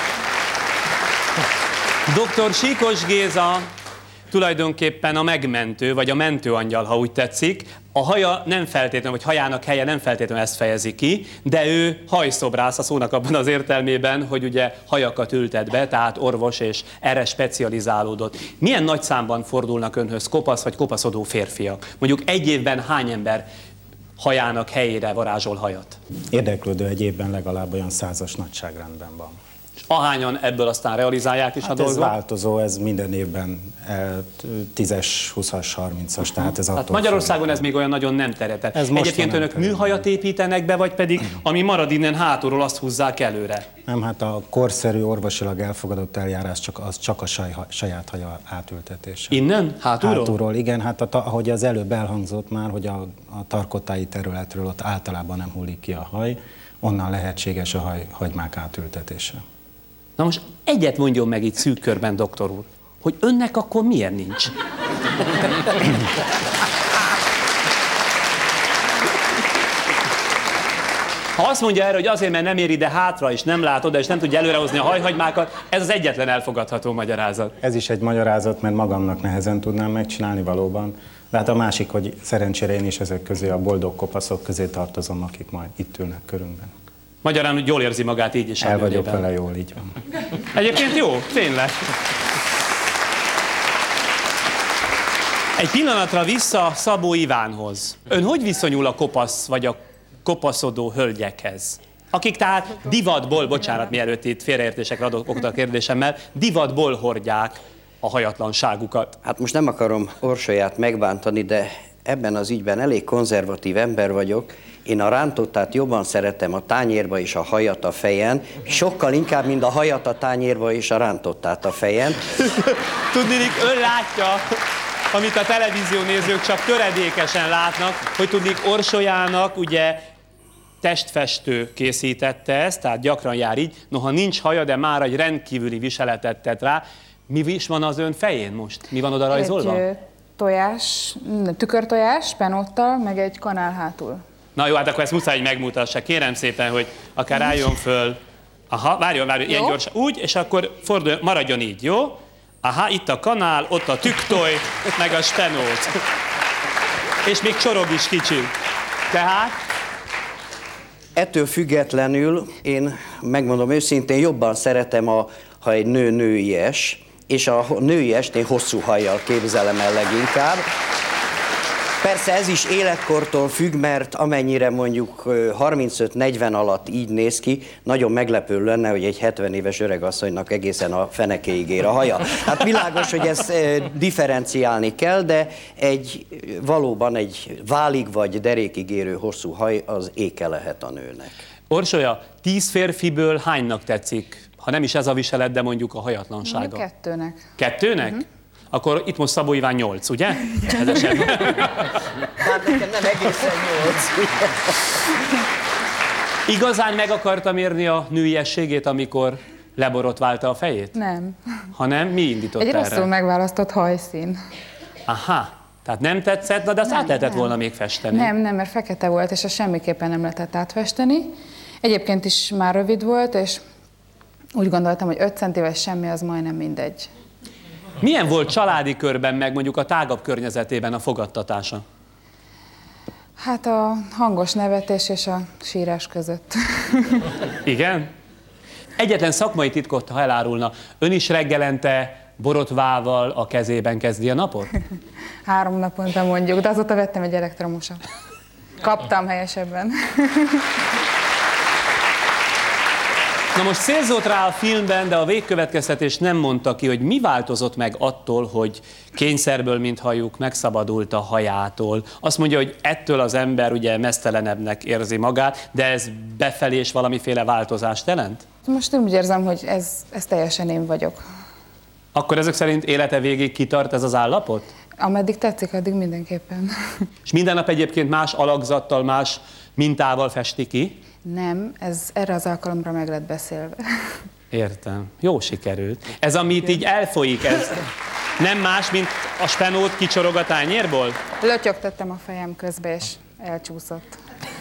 A: doktor Síkos Géza tulajdonképpen a megmentő, vagy a mentőangyal, ha úgy tetszik. A haja nem feltétlenül, vagy hajának helye nem feltétlenül ezt fejezi ki, de ő hajszobrász a szónak abban az értelmében, hogy ugye hajakat ültet be, tehát orvos és erre specializálódott. Milyen nagy számban fordulnak önhöz kopasz vagy kopaszodó férfiak? Mondjuk egy évben hány ember hajának helyére varázsol hajat?
K: Érdeklődő egy évben legalább olyan százas nagyságrendben van.
A: Ahányan ebből aztán realizálják is
K: hát
A: a dolgot?
K: Ez változó, ez minden évben tízes, huszas, harmincas, tehát ez
A: hát
K: attól
A: Magyarországon
K: függ.
A: ez még olyan nagyon nem terjedett.
K: Ez most
A: Egyébként
K: nem
A: önök
K: terjedett.
A: műhajat építenek be, vagy pedig ami marad innen hátulról, azt húzzák előre?
K: Nem, hát a korszerű orvosilag elfogadott eljárás csak, az csak a saj, saját haja átültetése.
A: Innen? Hátulról?
K: Hátulról, igen. Hát a, ahogy az előbb elhangzott már, hogy a, a tarkottai területről ott általában nem hullik ki a haj, onnan lehetséges a haj, hagymák átültetése.
A: Na most egyet mondjon meg itt szűk körben, doktor úr, hogy önnek akkor miért nincs? Ha azt mondja erre, hogy azért, mert nem ér ide hátra, és nem lát oda, és nem tudja előrehozni a hajhagymákat, ez az egyetlen elfogadható magyarázat.
K: Ez is egy magyarázat, mert magamnak nehezen tudnám megcsinálni valóban. De hát a másik, hogy szerencsére én is ezek közé, a boldog kopaszok közé tartozom, akik majd itt ülnek körünkben.
A: Magyarán, hogy jól érzi magát így is.
K: El vagyok vele jól, így van.
A: Egyébként jó, tényleg. Egy pillanatra vissza Szabó Ivánhoz. Ön hogy viszonyul a kopasz vagy a kopaszodó hölgyekhez? Akik tehát divatból, bocsánat, mielőtt itt félreértésekre adok okot a kérdésemmel, divatból hordják a hajatlanságukat.
C: Hát most nem akarom Orsolyát megbántani, de ebben az ügyben elég konzervatív ember vagyok. Én a rántottát jobban szeretem a tányérba és a hajat a fejen, sokkal inkább, mint a hajat a tányérba és a rántottát a fejen.
A: Tudnék, ön látja, amit a televízió nézők csak töredékesen látnak, hogy tudnék Orsolyának ugye testfestő készítette ezt, tehát gyakran jár így, noha nincs haja, de már egy rendkívüli viseletet tett rá. Mi is van az ön fején most? Mi van oda rajzolva?
I: Egy tojás, tükörtojás, penottal, meg egy kanál hátul.
A: Na jó, hát akkor ezt muszáj, hogy megmutassa. Kérem szépen, hogy akár álljon föl. Aha, várjon, várjon, ilyen gyorsan. Úgy, és akkor fordul, maradjon így, jó? Aha, itt a kanál, ott a tüktoj, meg a spenót. És még csorog is kicsit. Tehát?
C: Ettől függetlenül én, megmondom őszintén, jobban szeretem, a, ha egy nő nőies, és a nőiest én hosszú hajjal képzelem el leginkább. Persze ez is életkortól függ, mert amennyire mondjuk harmincöt-negyven alatt így néz ki, nagyon meglepő lenne, hogy egy hetven éves öregasszonynak egészen a fenekéig ér a haja. Hát világos, hogy ezt differenciálni kell, de egy valóban egy válig vagy derékig érő hosszú haj az éke lehet a nőnek.
A: Orsolya, tíz férfiből hánynak tetszik, ha nem is ez a viselet, de mondjuk a hajatlansága?
I: Mondjuk kettőnek.
A: Kettőnek? Uh-huh. Akkor itt most Szabó Iván nyolc, ugye? Ez esetben.
C: Bár nekem nem egészen nyolc.
A: Igazán meg akartam érni a nőiességét, amikor leborotválta a fejét?
I: Nem.
A: Ha nem, mi indított
I: Egy
A: erre?
I: rosszul megválasztott hajszín.
A: Aha, tehát nem tetszett, na de azt
I: Nem,
A: át lehetett
I: nem.
A: volna még festeni.
I: Nem, nem, mert fekete volt, és azt semmiképpen nem lehetett átfesteni. Egyébként is már rövid volt, és úgy gondoltam, hogy öt centivel semmi, az majdnem mindegy.
A: Milyen volt családi körben, meg mondjuk a tágabb környezetében a fogadtatása?
I: Hát a hangos nevetés és a sírás között.
A: Igen? Egyetlen szakmai titkot, ha elárulna, ön is reggelente borotvával a kezében kezdi a napot?
I: Három naponta mondjuk, de azóta vettem egy elektromosat. Kaptam helyesebben.
A: Na most célzott rá a filmben, de a végkövetkeztetés nem mondta ki, hogy mi változott meg attól, hogy kényszerből, mint halljuk, megszabadult a hajától. Azt mondja, hogy ettől az ember ugye meztelenebbnek érzi magát, de ez befelé és valamiféle változást jelent?
I: Most úgy érzem, hogy ez, ez teljesen én vagyok.
A: Akkor ezek szerint élete végig kitart ez az állapot?
I: Ameddig tetszik, addig mindenképpen.
A: És minden nap egyébként más alakzattal, más mintával festi ki?
I: Nem, ez erre az alkalomra meg lett beszélve.
A: Értem. Jó sikerült. Ez, amit így elfolyik, ez nem más, mint a spenót kicsorog a tányérból?
I: Lötyögtettem a fejem közbe, és elcsúszott.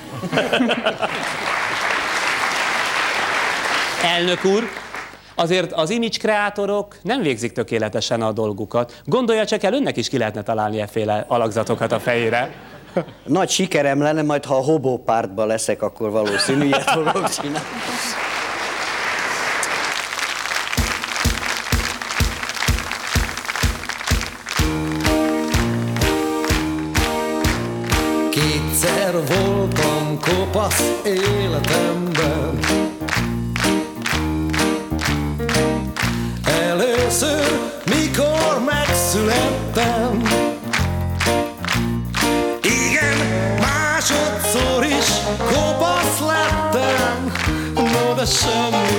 A: Elnök úr, azért az image kreátorok nem végzik tökéletesen a dolgukat. Gondolja csak el, önnek is ki lehetne találni efféle alakzatokat a fejére.
C: Nagy sikerem lenne, majd ha a hobó pártban leszek, akkor valószínű ilyet fogok csinálni.
L: Kétszer voltam kopasz életemben. Először, mikor megszülettem. Másodszor is kopasz lettem, no de semmi